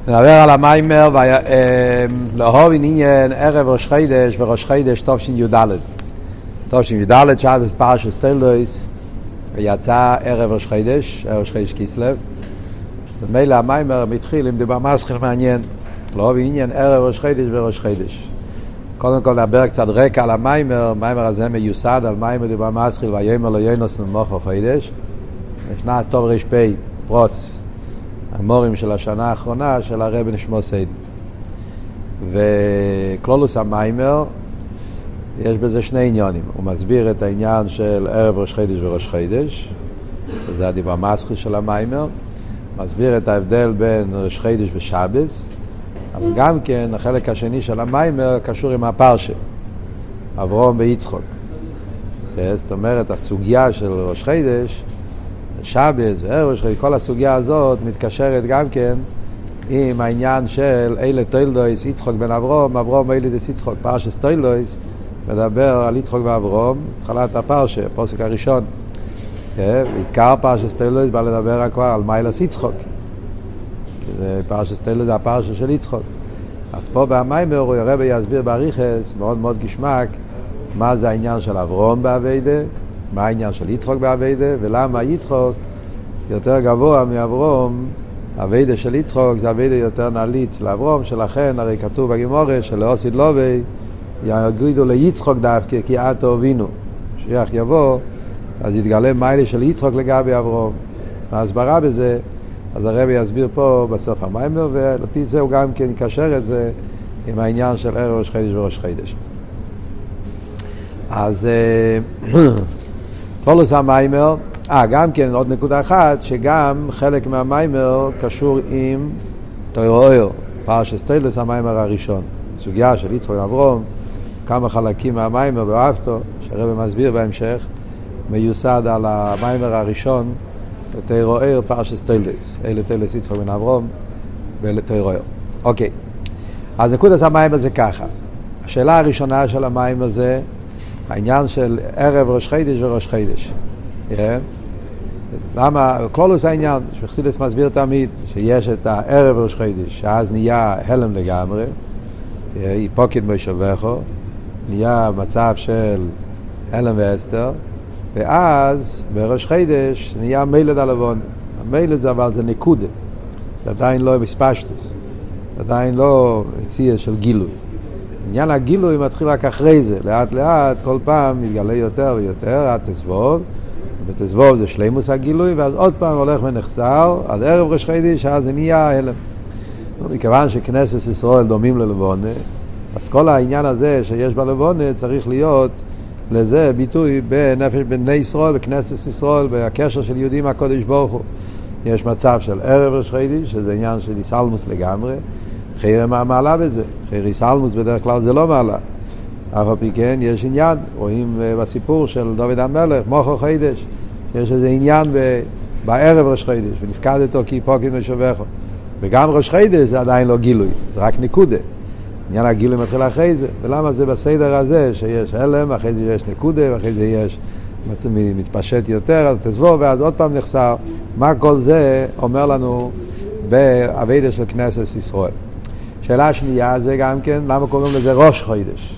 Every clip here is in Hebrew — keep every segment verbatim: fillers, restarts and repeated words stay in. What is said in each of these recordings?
נדבר על המיימר לאהוב עניין ערב ראש חודש וראש חודש תש"י"ד. תש"י"ד שבת פרשת תולדות יצא ערב ראש חודש, ערב ראש חודש כסלו. ומילא המיימר מתחיל עם דבר מסחר מעניין, לאהוב עניין ערב ראש חודש וראש חודש. קודם כל נדבר קצת רקע על המיימר. המיימר הזה מיוסד על מיימר דבר מסחר ויאמר לו יונס נמוך חודש. ישנה טוב ר"פ פרוס המורים של השנה האחרונה של הרב נשמו סייד. וכלולוס המיימר יש בזה שני עניונים. הוא מסביר את העניין של ערב ראש חודש וראש חודש, וזה הדיבר מסחר של המיימר. מסביר את ההבדל בין ראש חודש ושבס, אבל גם כן החלק השני של המיימר קשור עם הפרשה אברהם ויצחק. זאת אומרת הסוגיה של ראש חודש, שבס וערב ראש חודש, כל הסוגיה הזאת מתקשרת גם כן עם העניין של אלה תולדות יצחק בן אברהם, אברהם הוליד יצחק. פרשת תולדות מדבר על יצחק ואברהם, התחלת הפרשה, הפסוק הראשון. עיקר פרשת תולדות בא לדבר כבר על מיילס יצחק. פרשת תולדות זה הפרשה של יצחק. אז פה במיימר הוא הרב יסביר באריכות מאוד מאוד גשמק מה זה העניין של אברהם בעבודה, מה העניין של יצחק בעבודה, ולמה יצחק יותר גבוה מאברהם. העבודה של יצחק זה עבודה יותר נעלית של אברהם, שלכן הרי כתוב בגמרא שלעוסיד לובי יגידו ליצחק דווקא כי אתו אבינו, שיח יבוא אז יתגלה מיילה של יצחק לגבי אברהם. ההסברה בזה אז הרב יסביר פה בסוף המיימר, ולפי זה הוא גם כן יקשר את זה עם העניין של ערב ראש חודש וראש חודש. אז פולוס המיימר, אה, גם כן עוד נקודה אחת, שגם חלק מהמיימר קשור עם תוירו, פרשת תולדות המיימר הראשון. סוגיה של יצחק ואברהם, כמה חלקים מהמיימר ואהבתו, שהרב מסביר בהמשך, מיוסד על המיימר הראשון, תוירו פרשת תולדות, אלה תולדות יצחק בן אברהם ואלה תוירו. אוקיי, אז נקודת המיימר זה ככה. השאלה הראשונה של המיימר זה העניין של ערב ראש חודש וראש חודש. Yeah. למה? כלולוס העניין, שחסידס מסביר תמיד שיש את הערב ראש חודש, שאז נהיה הלם לגמרי, היפוקד מושבכו, נהיה מצב של הלם ואסתר, ואז בראש חודש נהיה מילד הלבון. המילד זה אבל זה נקודה, זה עדיין לא בספשטוס, זה עדיין לא מציאה של גילוי. עניין הגילוי מתחיל רק אחרי זה, לאט לאט כל פעם מתגלה יותר ויותר עד תסבוב, ובתסבוב זה שלימוס הגילוי, ואז עוד פעם הולך ונחסר עד ערב ראש חודש, אז זה נהיה הלם. מכיוון שכנסת ישראל דומים ללבונה, אז כל העניין הזה שיש בלבונה צריך להיות לזה ביטוי בנפש בני ישראל, בכנסת ישראל, בקשר של יהודים הקודש ברוך הוא. יש מצב של ערב ראש חודש, שזה עניין של איסלמוס לגמרי, חייר מה מעלה בזה. חייר איסלמוס בדרך כלל זה לא מעלה. אף על פי כן יש עניין, רואים בסיפור של דוד המלך, מוכר חודש, יש איזה עניין ב... בערב ראש חודש, ונפקדתו כי פוקד משובחו. וגם ראש חודש זה עדיין לא גילוי, זה רק נקודה. עניין הגילוי מתחיל אחרי זה. ולמה זה בסדר הזה שיש הלם, אחרי זה יש נקודה, ואחרי זה יש מתפשט יותר, אז תסבור, ואז עוד פעם נחסר. מה כל זה אומר לנו בעבודה של כנסת ישראל? שאלה שנייה זה גם כן, למה קוראים לזה ראש חודש?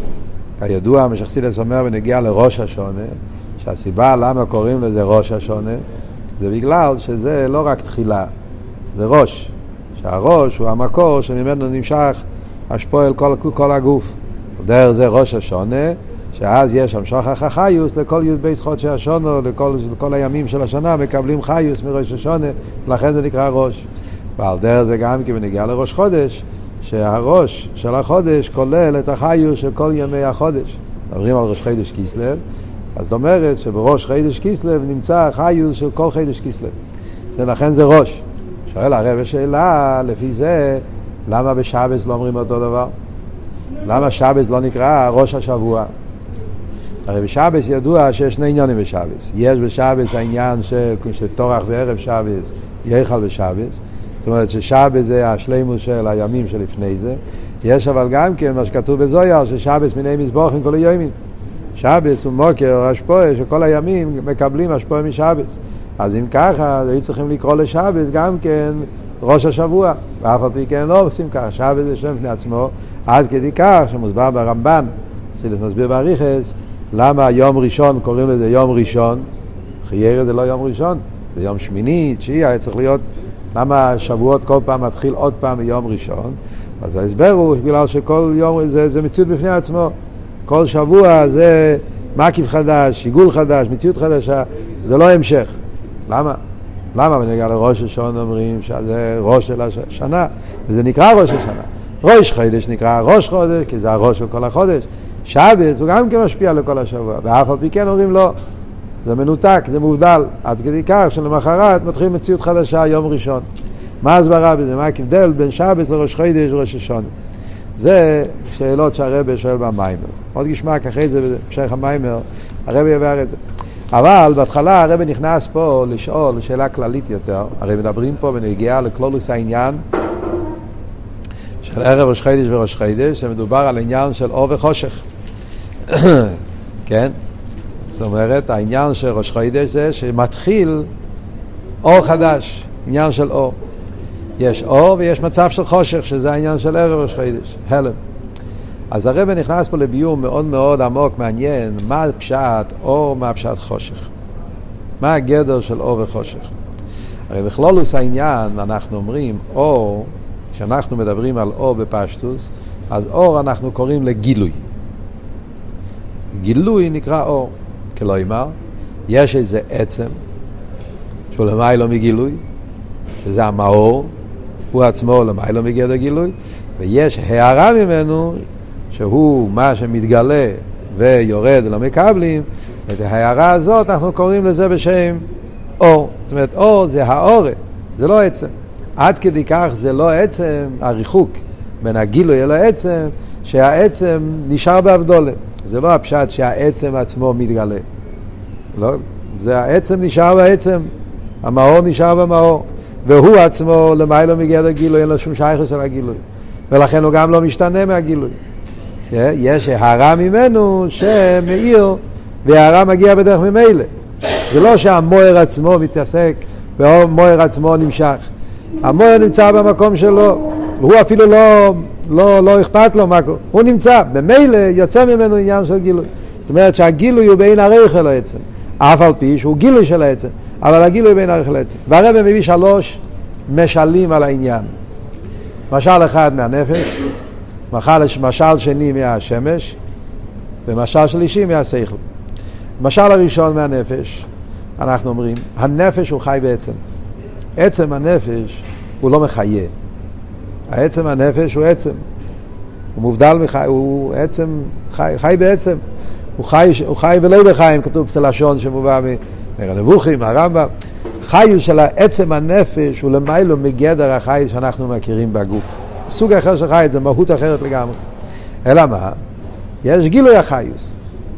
כידוע, משחסידס אומר ונגיע לראש השונה, שהסיבה למה קוראים לזה ראש השונה, זה בגלל שזה לא רק תחילה, זה ראש. שהראש הוא המקור שממנו נמשך השפועל כל, כל הגוף. דרך זה ראש השונה, שאז יש המשוך החיוס לכל י' בייס חודשי השונה, לכל, לכל הימים של השנה מקבלים חיוס מראש השונה, לכן זה נקרא ראש. ועל דרך זה גם כי בנגיע לראש חודש, שהראש של החודש כולל את החיוס של כל ימי החודש. מדברים על ראש חודש כסלו, אז זאת אומרת שבראש חודש כסלו נמצא החיוס של כל חודש כסלו. לכן זה ראש. שואל הרב שאלה, לפי זה, למה בשבס לא אומרים אותו דבר? למה שבס לא נקרא ראש השבוע? הרי בשבס ידוע שיש שני עניינים בשבס. יש בשבס העניין של תורח בערב שבס, יחל בשבס. זאת אומרת ששבס זה השלימוס של הימים שלפני זה. יש אבל גם כן מה שכתוב בזויר, ששבס מיני מזבוחים כל הימים. שבס הוא מוקר, השפוע, שכל הימים מקבלים השפוע משבס. אז אם ככה, היו צריכים לקרוא לשבס גם כן ראש השבוע. ואף על פי כן לא עושים כך. שבת זה שם בפני עצמו, עד כדי כך שמוסבר ברמב"ן, סילס מסביר באריכס, למה יום ראשון קוראים לזה יום ראשון? חייר זה לא יום ראשון, זה יום שמיני, תשיעי, היה צריך להיות, למה שבועות כל פעם מתחיל עוד פעם מיום ראשון? אז ההסבר הוא בגלל שכל יום זה, זה מציאות בפני עצמו. כל שבוע זה מקיף חדש, עיגול חדש, מציאות חדשה, זה לא המשך. למה? למה בנגיע לראש השון אומרים שזה ראש של השנה, וזה נקרא ראש השנה. ראש חודש נקרא ראש חודש, כי זה הראש של כל החודש. שבת הוא גם כן משפיע לכל השבוע, ואף על פי כן אומרים לא. זה מנותק, זה מובדל, עד כדי כך שלמחרת מתחיל מציאות חדשה יום ראשון. מה הסברה בזה? מה ההבדל בין שבת לראש חודש וראש השונה? זה שאלות שהרבא שואל במיימר. עוד גשמק אחרי זה, במשך המיימר, הרבא יבאר את זה. אבל בהתחלה הרבא נכנס פה לשאול שאלה כללית יותר. הרי מדברים פה בנגיעה לכלולוס העניין של ערב ראש חודש וראש חודש, שמדובר על עניין של אור וחושך. כן? זאת אומרת, העניין של ראש חודש זה שמתחיל אור חדש, עניין של אור. יש אור ויש מצב של חושך, שזה העניין של ערב ראש חודש, הלם. אז הרב נכנס פה לביור מאוד מאוד עמוק, מעניין, מה פשט אור, מה פשט חושך. מה הגדר של אור וחושך. הרי בכלולוס העניין, אנחנו אומרים, אור, כשאנחנו מדברים על אור בפשטוס, אז אור אנחנו קוראים לגילוי. גילוי נקרא אור. כלומר, יש איזה עצם, שהוא למיילו מגילוי, שזה המאור, הוא עצמו למיילו מגדר גילוי, ויש הערה ממנו, שהוא מה שמתגלה ויורד ולא מקבלים, את ההערה הזאת אנחנו קוראים לזה בשם אור. זאת אומרת, אור זה האור, זה לא עצם. עד כדי כך זה לא עצם, הריחוק בין הגילוי אל העצם, שהעצם נשאר בהבדולה. זה לא הפשט שהעצם עצמו מתגלה. לא, זה העצם נשאר בעצם, המאור נשאר במאור, והוא עצמו למיילו מגדר גילוי, אין לו שום שייכות על הגילוי. ולכן הוא גם לא משתנה מהגילוי. יש הערה ממנו שמאיר, והערה מגיע בדרך ממילא. זה לא שהמויר עצמו מתעסק, והמויר עצמו נמשך. המויר נמצא במקום שלו, הוא אפילו לא, לא, לא אכפת לו מה, הוא נמצא, במילא יוצא ממנו עניין של גילוי. זאת אומרת שהגילוי הוא בין הריח אל העצם, אף על פי שהוא גילוי של העצם, אבל הגילוי בין הריח אל העצם. והרבא מביא שלוש משלים על העניין. משל אחד מהנפש, משל שני מהשמש, ומשל שלישי מהשכל. משל הראשון מהנפש, אנחנו אומרים, הנפש הוא חי בעצם. עצם הנפש הוא לא מחיה. העצם הנפש הוא עצם. הוא מובדל מחי, הוא עצם, חי, חי בעצם. הוא חי, הוא חי ולא בחיים, כתוב בלשון שמובא מהנבוכים, מהרמב"ם. חיוס של העצם הנפש הוא למיילו מגדר החי שאנחנו מכירים בגוף. סוג אחר של חי, זה מהות אחרת לגמרי. אלא מה? יש גילוי החיוס.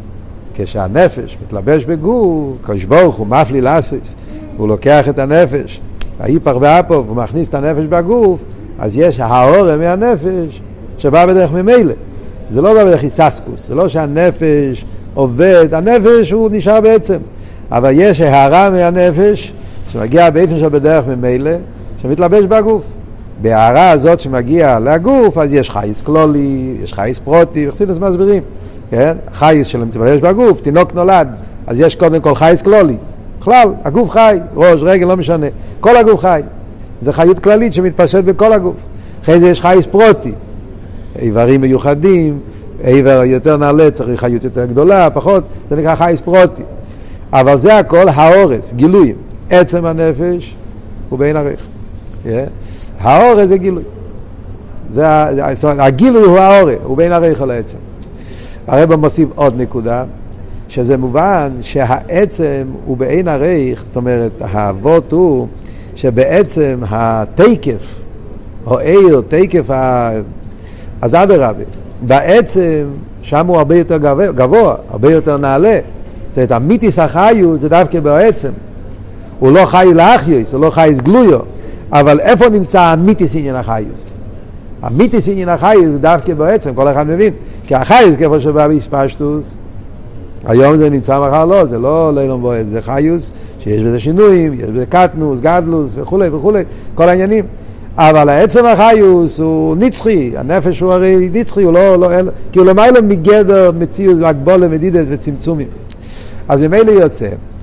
כשהנפש מתלבש בגוף, קדוש ברוך הוא מפליל לעשות, הוא לוקח את הנפש, ההיפך באפו, הוא מכניס את הנפש בגוף, אז יש האור מהנפש שבא בדרך ממילא. זה לא בא בדרך היססקוס, זה לא שהנפש עובד, הנפש הוא נשאר בעצם. אבל יש הערה מהנפש שמגיע באופן של בדרך ממילא, שמתלבש בגוף. בהערה הזאת שמגיע לגוף, אז יש חייס כלולי, יש חייס פרוטי, וחסידות מסבירים. כן? חייס שלא מתלבש בגוף, תינוק נולד, אז יש קודם כל חייס כלולי. בכלל, הגוף חי, ראש, רגל, לא משנה. כל הגוף חי. זה חיות כללית שמתפשט בכל הגוף. אחרי זה יש חייס פרוטי. איברים מיוחדים, איבר יותר נעלה, צריך חיות יותר גדולה, פחות, זה נקרא חייס פרוטי. אבל זה הכל האורס, גילויים. עצם הנפש הוא בין הריח. Yeah. האורס זה גילוי. זה, הגילוי הוא האורס, הוא בין הריח על העצם. הרב מוסיף עוד נקודה, שזה מובן שהעצם הוא בעין הריח, זאת אומרת, האבות הוא שבעצם התקף, או עיר, תקף, ה... אז עד הרבי, בעצם שם הוא הרבה יותר גבוה, גבוה הרבה יותר נעלה. זאת אומרת, המיתיס החיו זה דווקא בעצם. הוא לא חי לאחיוס, הוא לא חי גלויו, אבל איפה נמצא המיתיס עניין החיוס? המיתיס עניין החיוס זה דווקא בעצם, כל אחד מבין. כי החיוס כפה שבא בהספשטוס, היום זה נמצא מחר לא, זה לא לילום בועד, זה חיוס שיש בזה שינויים, יש בזה קטנוס, גדלוס וכו' וכו', כל העניינים. אבל העצם החיוס הוא נצחי, הנפש הוא הרי נצחי, הוא לא, לא, כי הוא למעלה מגדר מציאות והגבולה מדידת וצמצומים. אז ממילא יוצא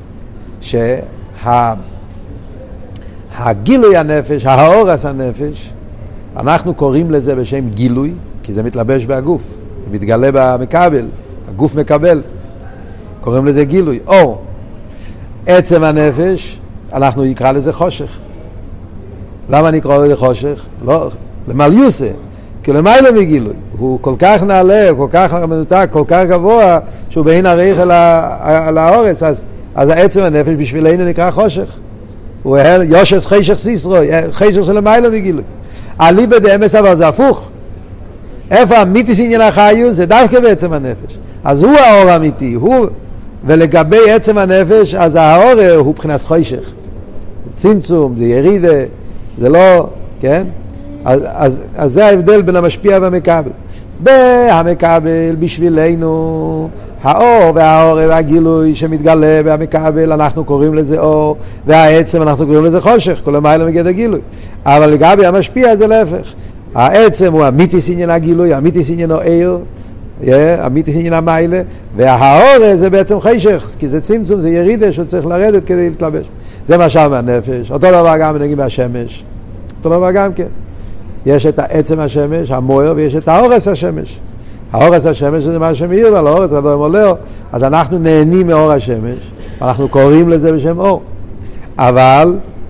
שהגילוי הנפש, האורס הנפש, אנחנו קוראים לזה בשם גילוי, כי זה מתלבש בהגוף, זה מתגלה במקבל, הגוף מקבל, קוראים לזה גילוי. או עצם הנפש, אנחנו נקרא לזה חושך. למה נקרא לזה חושך? לא, למעליוסה, כי למעלה מגילוי. הוא כל כך נעלה, כל כך מנותק, כל כך גבוה, שהוא בעין הריח על האורץ, אז, אז העצם הנפש בשבילנו נקרא חושך. הוא יושס חשך סיסרו, חשך של למעלה מגילוי. עלי בדאמס אבל זה הפוך. איפה אמיתיס עניין החיוס? זה דווקא בעצם הנפש. אז הוא האור האמיתי, הוא, ולגבי עצם הנפש, אז האור הוא בחינת חושך. זה צמצום, זה ירידה, זה לא, כן? אז, אז, אז זה ההבדל בין המשפיע והמקבל. בהמקבל בשבילנו, האור והאור והגילוי שמתגלה והמקבל, אנחנו קוראים לזה אור, והעצם אנחנו קוראים לזה חושך, כל המעלה מגדר גילוי. אבל לגבי המשפיע זה להפך. העצם הוא אמיתיס עניין הגילוי, אמיתיס עניין העיר, אמיתיס עניין המעלה, והאור זה בעצם חשך, כי זה צמצום, זה ירידה שהוא צריך לרדת כדי להתלבש. זה משל מהנפש. אותו דבר גם נגיד מהשמש. אותו דבר גם כן. יש את העצם השמש, המויר, ויש את האורס השמש. האורס השמש זה מה שמאיר, אבל האורס זה לא מולאו. אז אנחנו נהנים מאור השמש, ואנחנו קוראים לזה בשם אור. אבל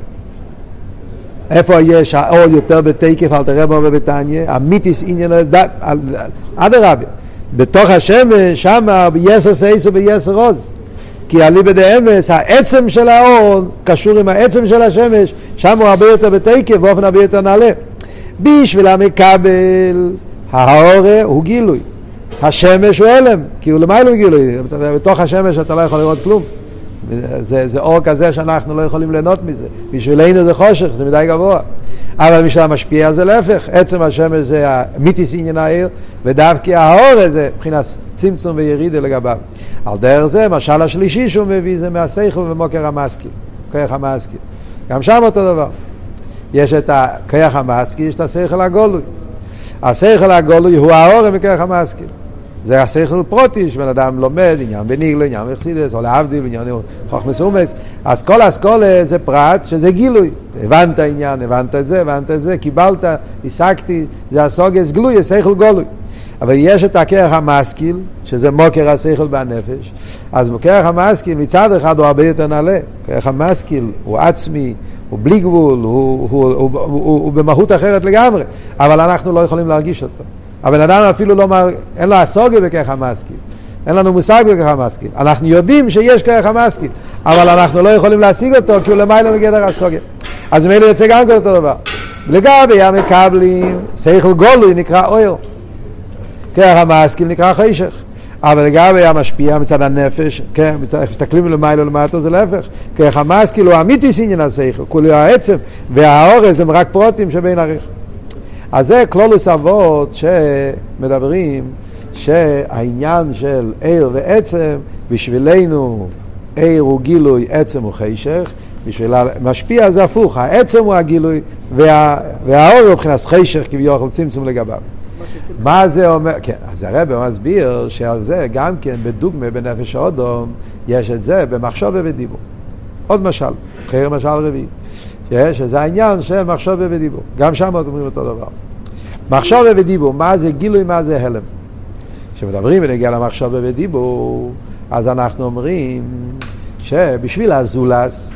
איפה יש האור יותר בתקף, אל תראה בו בבטניה, אמיתיס עניין, עד הרבי. בתוך השמש, שם ביסר סייס וביסר עוז. כי עלי בדאמס, העצם של האור קשור עם העצם של השמש, שם הוא הרבה יותר בתקף, באופן הרבה יותר נעלה. בשביל המקבל, האור הוא גילוי. השמש הוא אלם, כי הוא למעלה מגילוי. בתוך השמש אתה לא יכול לראות כלום. זה, זה אור כזה שאנחנו לא יכולים ליהנות מזה. בשבילנו זה חושך, זה מדי גבוה. אבל בשביל המשפיע זה להפך. עצם השמש זה המיתיס עניין העיר, ודווקא האור זה מבחינת צמצום וירידה לגביו. על דרך זה, משל השלישי שהוא מביא זה מהשכל ומוקר המשכיל. כוח המשכיל. גם שם אותו דבר. יש את הכוח המשכיל, יש את השכל הגולוי. השכל הגולוי הוא האור מכוח המשכיל. זה השכל פרוטי, שבן אדם לומד, עניין בניגלה, עניין מחסידס, או להבדיל, עניין חוכמס אומץ. אז כל אסכולה זה פרט שזה גילוי. הבנת העניין, הבנת את זה, הבנת את זה, קיבלת, השגתי, זה הסוגס גלוי, השכל גולוי. אבל יש את הכוח המשכיל, שזה מוקר השכל בנפש. אז בכוח המשכיל מצד אחד הוא הרבה יותר נעלה. כוח המשכיל הוא עצמי, הוא בלי גבול, הוא, הוא, הוא, הוא, הוא, הוא במהות אחרת לגמרי. אבל אנחנו לא יכולים להרגיש אותו. הבן אדם אפילו לא מר... אין לו הסוגיה בכך המשכיל. אין לנו מושג בכך המשכיל. אנחנו יודעים שיש כך המשכיל, אבל אנחנו לא יכולים להשיג אותו, כי הוא למעלה מגדר הסוגיה. אז מילא יוצא גם כל אותו דבר. לגבי המקבלים, שכל גולוי נקרא אור. כך המשכיל נקרא חשך. אבל לגבי המשפיע מצד הנפש, כן, מצד, מסתכלים למעלה ולמטה זה להפך. כך המשכיל הוא אמיתיס עניין השכל, כולו העצם, והאורס הם רק פרוטים שבין עריך. אז זה כלולוס אבות שמדברים שהעניין של עיר ועצם בשבילנו עיר הוא גילוי, עצם הוא חשך, בשביל המשפיע זה הפוך, העצם הוא הגילוי וה, והאור הוא מבחינת חשך כביכול צמצום לגביו. מה זה אומר? כן, אז הרב מסביר שעל זה גם כן בדוגמה בנפש האדם יש את זה במחשבה ודיבור. עוד משל, אחר משל רביעי. שזה העניין של מחשבה ודיבור. גם שם אומרים אותו דבר. מחשבה ודיבור, מה זה גילוי, מה זה הלם? כשמדברים ונגיע למחשבה ודיבור, אז אנחנו אומרים שבשביל הזולס,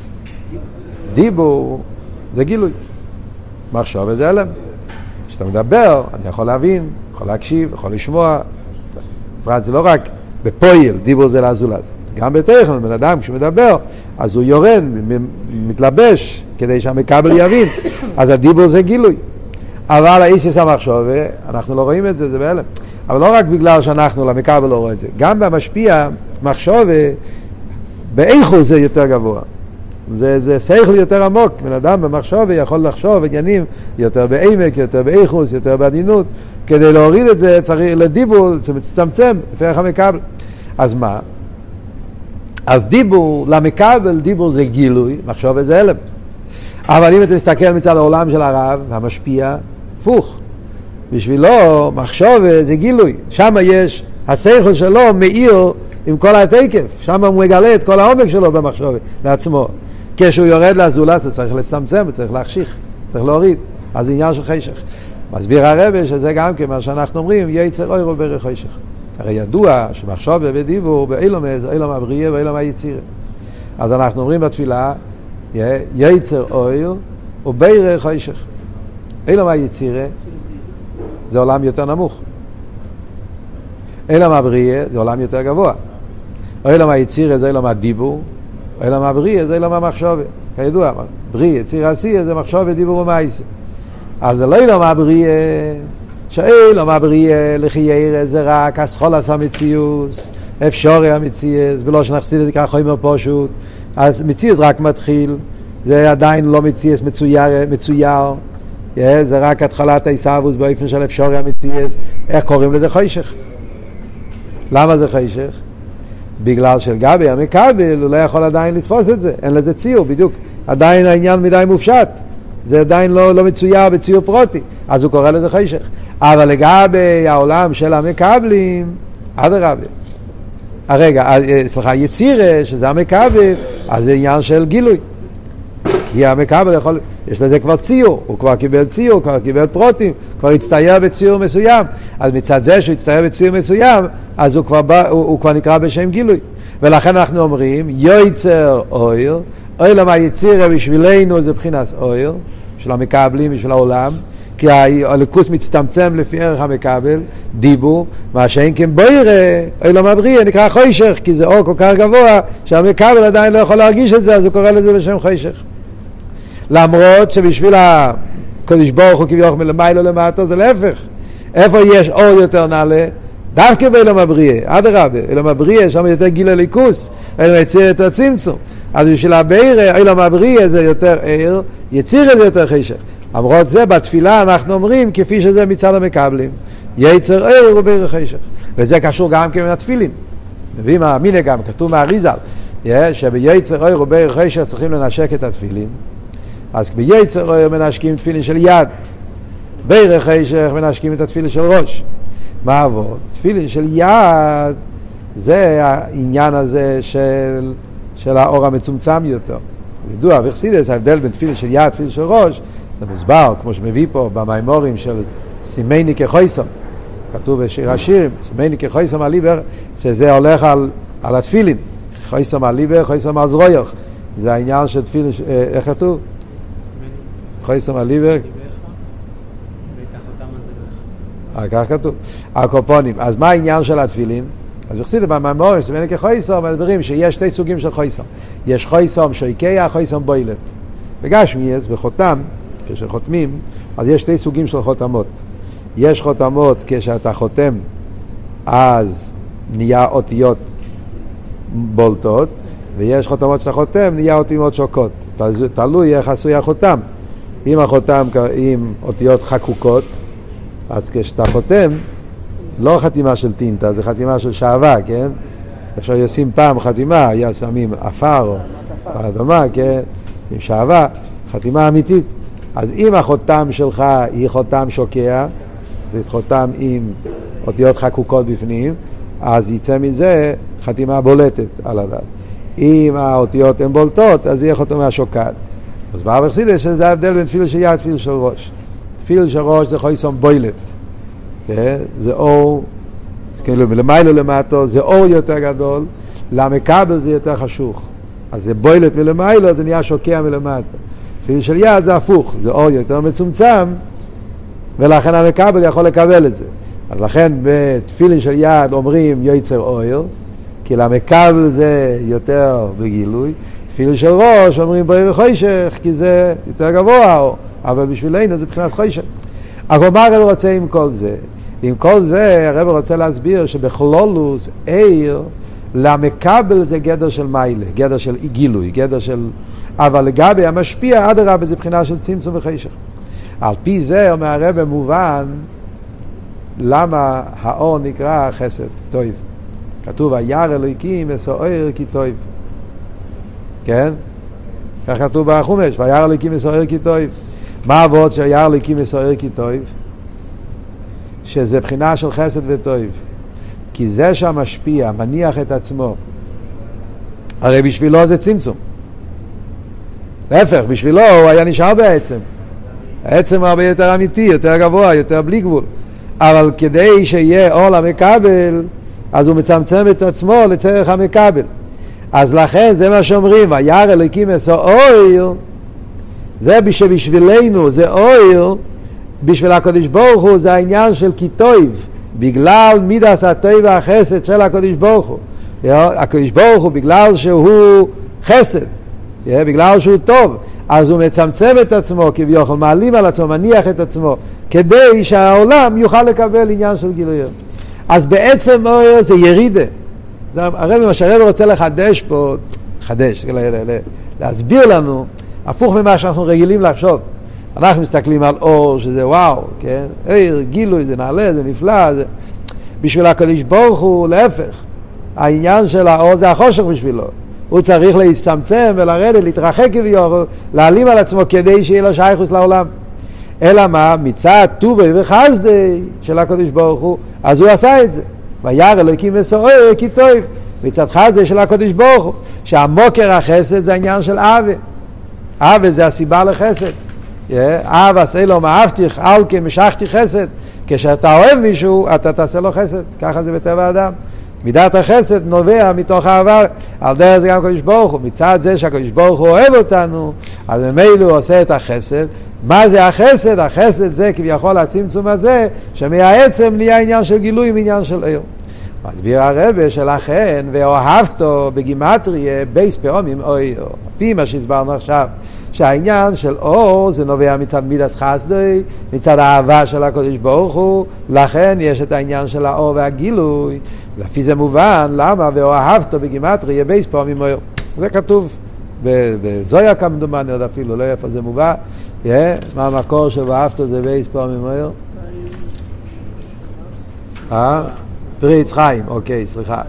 דיבור זה גילוי. מחשבה זה הלם. כשאתה מדבר, אני יכול להבין, יכול להקשיב, יכול לשמוע. בפרט זה לא רק בפועל, דיבור זה לזולס. גם בתכן, בן אדם כשמדבר, אז הוא יורן, מתלבש, כדי שהמקבל יבין. אז הדיבור זה גילוי. אבל האיסיס המחשבה, אנחנו לא רואים את זה, זה בהלם. אבל לא רק בגלל שאנחנו למקבל לא רואים את זה. גם במשפיע, מחשבה, באיכות זה יותר גבוה. זה, זה שכל יותר עמוק. בן אדם במחשבה יכול לחשוב עניינים יותר בעמק, יותר באיכות, יותר בעדינות. כדי להוריד את זה, צריך לדיבור, זה מצטמצם, לפי המקבל. אז מה? אז דיבור, למקבל דיבור זה גילוי, מחשבה זה הלם. אבל אם אתה מסתכל מצד העולם של הרב, המשפיע, הפוך. בשבילו מחשבת זה גילוי. שם יש, השכל שלו מאיר עם כל התקף. שם הוא מגלה את כל העומק שלו במחשבת לעצמו. כשהוא יורד לזולת, הוא צריך לצמצם, הוא צריך להחשיך, צריך להוריד. אז זה עניין של חשך. מסביר הרב שזה גם כמו שאנחנו אומרים, יצר אור וברך חשך. הרי ידוע שמחשבת ודיבור באילום זה אילום הבריאה ואילום היצירה. אז אנחנו אומרים בתפילה, יצר אור וברך חשך. אילום היצירה זה עולם יותר נמוך. אילום הבריאה זה עולם יותר גבוה. אילום היצירה זה אילום הדיבור, אילום הבריאה זה אילום המחשבת. כידוע, בריאה, יציר עשייה זה מחשבת, דיבור ומעשה. אז זה לא אילום הבריאה, שאילום הבריאה לחיירה זה רק הסחולס המציאוס, אפשרי המציאס, בלא שנחסיד את זה ככה חומר פשוט. אז מציאס רק מתחיל, זה עדיין לא מציאס מצויר, מצויר. זה רק התחלת הישאבוס באופן של אפשרי המציאס. איך קוראים לזה חשך? למה זה חשך? בגלל שלגבי המקבל הוא לא יכול עדיין לתפוס את זה, אין לזה ציור, בדיוק עדיין העניין מדי מופשט, זה עדיין לא, לא מצויר בציור פרוטי, אז הוא קורא לזה חשך. אבל לגבי העולם של המקבלים, עד הרבה הרגע, סליחה, יצירה שזה המקבל, אז זה עניין של גילוי, כי המקבל יכול, יש לזה כבר ציור, הוא כבר קיבל ציור, הוא כבר קיבל פרוטים, כבר הצטייר בציור מסוים, אז מצד זה שהוא הצטייר בציור מסוים, אז הוא כבר, בא, הוא, הוא כבר נקרא בשם גילוי. ולכן אנחנו אומרים, יוצר אויר, אויר למה יצירה בשבילנו זה בחינת אויר, בשביל המקבלים, בשביל העולם, כי הלכוס מצטמצם לפי ערך המקבל, דיבור, מה שאין כן בוירה, אויר למה בריא, נקרא חושך, כי זה אור כל כך גבוה, שהמקבל עדיין לא יכול להרגיש את זה, אז הוא קורא לזה בשם חושך. למרות שבשביל הקודש ברוך הוא כביכול מלמעלה למטה, זה להפך. איפה יש אור יותר נעלה? דווקא באילום הבריאה, אדרבה, אילום הבריאה, שם יותר גיל הליכוס, אילום יציר יותר צמצום. אז בשביל הבירה, אילום הבריאה זה יותר עיר, יציר זה יותר חשך. למרות זה, בתפילה אנחנו אומרים, כפי שזה מצד המקבלים, יצר עיר ובירה חשך. וזה קשור גם כן לתפילין. מביאים המיני גם, כתוב מהריזל, שביצר עיר ובירה חשך צריכים לנשק את התפילין. אז ביצר עיר מנשקים תפילין של יד, בירה חשך מנשקים את התפילין של ראש. מה עבור? תפילין של יד זה העניין הזה של, של האור המצומצם יותר. ידוע, וחסידס, ההבדל בין תפילין של יד תפילין של ראש, זה מוסבר, כמו שמביא פה במיימורים של סימני כחויסם, כתוב בשיר השירים, סימני כחויסם על ליבר, שזה הולך על, על התפילין, חויסם על ליבר, חויסם על זרויח. זה העניין של תפילין, איך כתוב? חויסם על ליבר, כך כתוב, הקופונים. אז מה העניין של התפילין? אז בחסידות במאמרים, סימני כחויסם, מסבירים שיש שתי סוגים של חויסם. יש חויסם שויקיה, חויסם בוילת. בגשמיאס, בחותם, כשחותמים, אז יש שתי סוגים של חותמות. יש חותמות כשאתה חותם, אז נהיה אותיות בולטות, ויש חותמות שאתה חותם, נהיה אותיות שוקות. תלוי איך עשוי החותם. אם החותם עם אותיות חקוקות, אז כשאתה חותם, לא חתימה של טינטה, זה חתימה של שעבה, כן? עכשיו ישים פעם חתימה, היה שמים אפר או אדמה, כן? עם שעבה, חתימה אמיתית. אז אם החותם שלך היא חותם שוקע, זה חותם עם אותיות חקוקות בפנים, אז יצא מזה חתימה בולטת על הדעת. אם האותיות הן בולטות, אז יהיה חתימה שוקעת. אז בא בחסידות שזה ההבדל בין תפילה של יד ותפילה של ראש. תפילה של ראש זה חויסם בוילת. זה אור, זה כאילו מלמעלה למטה, זה אור יותר גדול, למקבל זה יותר חשוך. אז זה בוילת מלמעלה, זה נהיה שוקע מלמטה. תפילה של יד זה הפוך, זה אור יותר מצומצם, ולכן המקבל יכול לקבל את זה. אז לכן בתפילה של יד אומרים יוצר אור, כי למקבל זה יותר בגילוי. תפילה של ראש אומרים בירה חושך, כי זה יותר גבוה, אבל בשבילנו זה מבחינת חושך. אבל מה הרב רוצה עם כל זה? עם כל זה הרב רוצה להסביר שבכלולוס עיר למקבל זה גדר של מיילה, גדר של גילוי, גדר של... אבל לגבי המשפיע עד הרבה זה מבחינה של צמצום וחשך. על פי זה אומר הרב מובן למה האור נקרא חסד, טוב. כתוב הירא אלוקים אסור עיר כי טוב. כן? כך כתוב בחומש, וירא אלוקים מסוער כי טוב. מה עבוד שירא אלוקים מסוער כי טוב? שזה בחינה של חסד וטוב. כי זה שהמשפיע מניח את עצמו, הרי בשבילו זה צמצום. להפך, בשבילו הוא היה נשאר בעצם. העצם הרבה יותר אמיתי, יותר גבוה, יותר בלי גבול. אבל כדי שיהיה אור למקבל, אז הוא מצמצם את עצמו לצורך המקבל. אז לכן זה מה שאומרים, וירא אלוקים מסוער, זה שבשבילנו זה אור, בשביל הקדוש ברוך הוא זה העניין של כי טוב, בגלל מידס הטוב והחסד של הקדוש ברוך הוא. הקדוש ברוך הוא בגלל שהוא חסד, בגלל שהוא טוב, אז הוא מצמצם את עצמו, כביכול מעלים על עצמו, מניח את עצמו, כדי שהעולם יוכל לקבל עניין של גילוי. אז בעצם זה ירידה. זה הרב, מה שהרב רוצה לחדש פה, חדש, להסביר לנו, הפוך ממה שאנחנו רגילים לחשוב. אנחנו מסתכלים על אור, שזה וואו, כן? איר, גילוי, זה נעלה, זה נפלא, זה... בשביל הקדוש ברוך הוא, להפך. העניין של האור זה החושך בשבילו. הוא צריך להצטמצם ולרדת, להתרחק כביכול, להעלים על עצמו כדי שיהיה לו שייכות לעולם. אלא מה? מצד טובי וחסדי של הקדוש ברוך הוא, אז הוא עשה את זה. וירא אלוקים מסוער כי טוב. מצד חסדי של הקדוש ברוך הוא, שהמוקר החסד זה העניין של אהבה. אהבה זה הסיבה לחסד. אהב עשה לו מאהבתיך, אל כמשכתי חסד. כשאתה אוהב מישהו, אתה תעשה לו חסד. ככה זה בטבע האדם. מידת החסד נובע מתוך אהבה, על דרך זה גם הקדוש ברוך הוא. מצד זה שהקדוש ברוך הוא אוהב אותנו, אז ממילא הוא עושה את החסד. מה זה החסד? החסד זה כביכול הצמצום הזה, שמהעצם נהיה עניין של גילוי מעניין של עיר. מסביר הרבה שלכן, ואוהבתו בגימטריה בייס פעמים אויר. פי מה שהסברנו עכשיו, שהעניין של אור זה נובע מצד מידס חסדי, מצד האהבה של הקדוש ברוך הוא, לכן יש את העניין של האור והגילוי. לפי זה מובן, למה ואוהבתו בגימטריה בייס פעמים אויר. זה כתוב בזויה כמדומני עוד אפילו, לא איפה זה מובא. מה המקור של ואהבתו זה בייס פעמים אויר? אה? פרי עץ חיים, אוקיי, סליחה.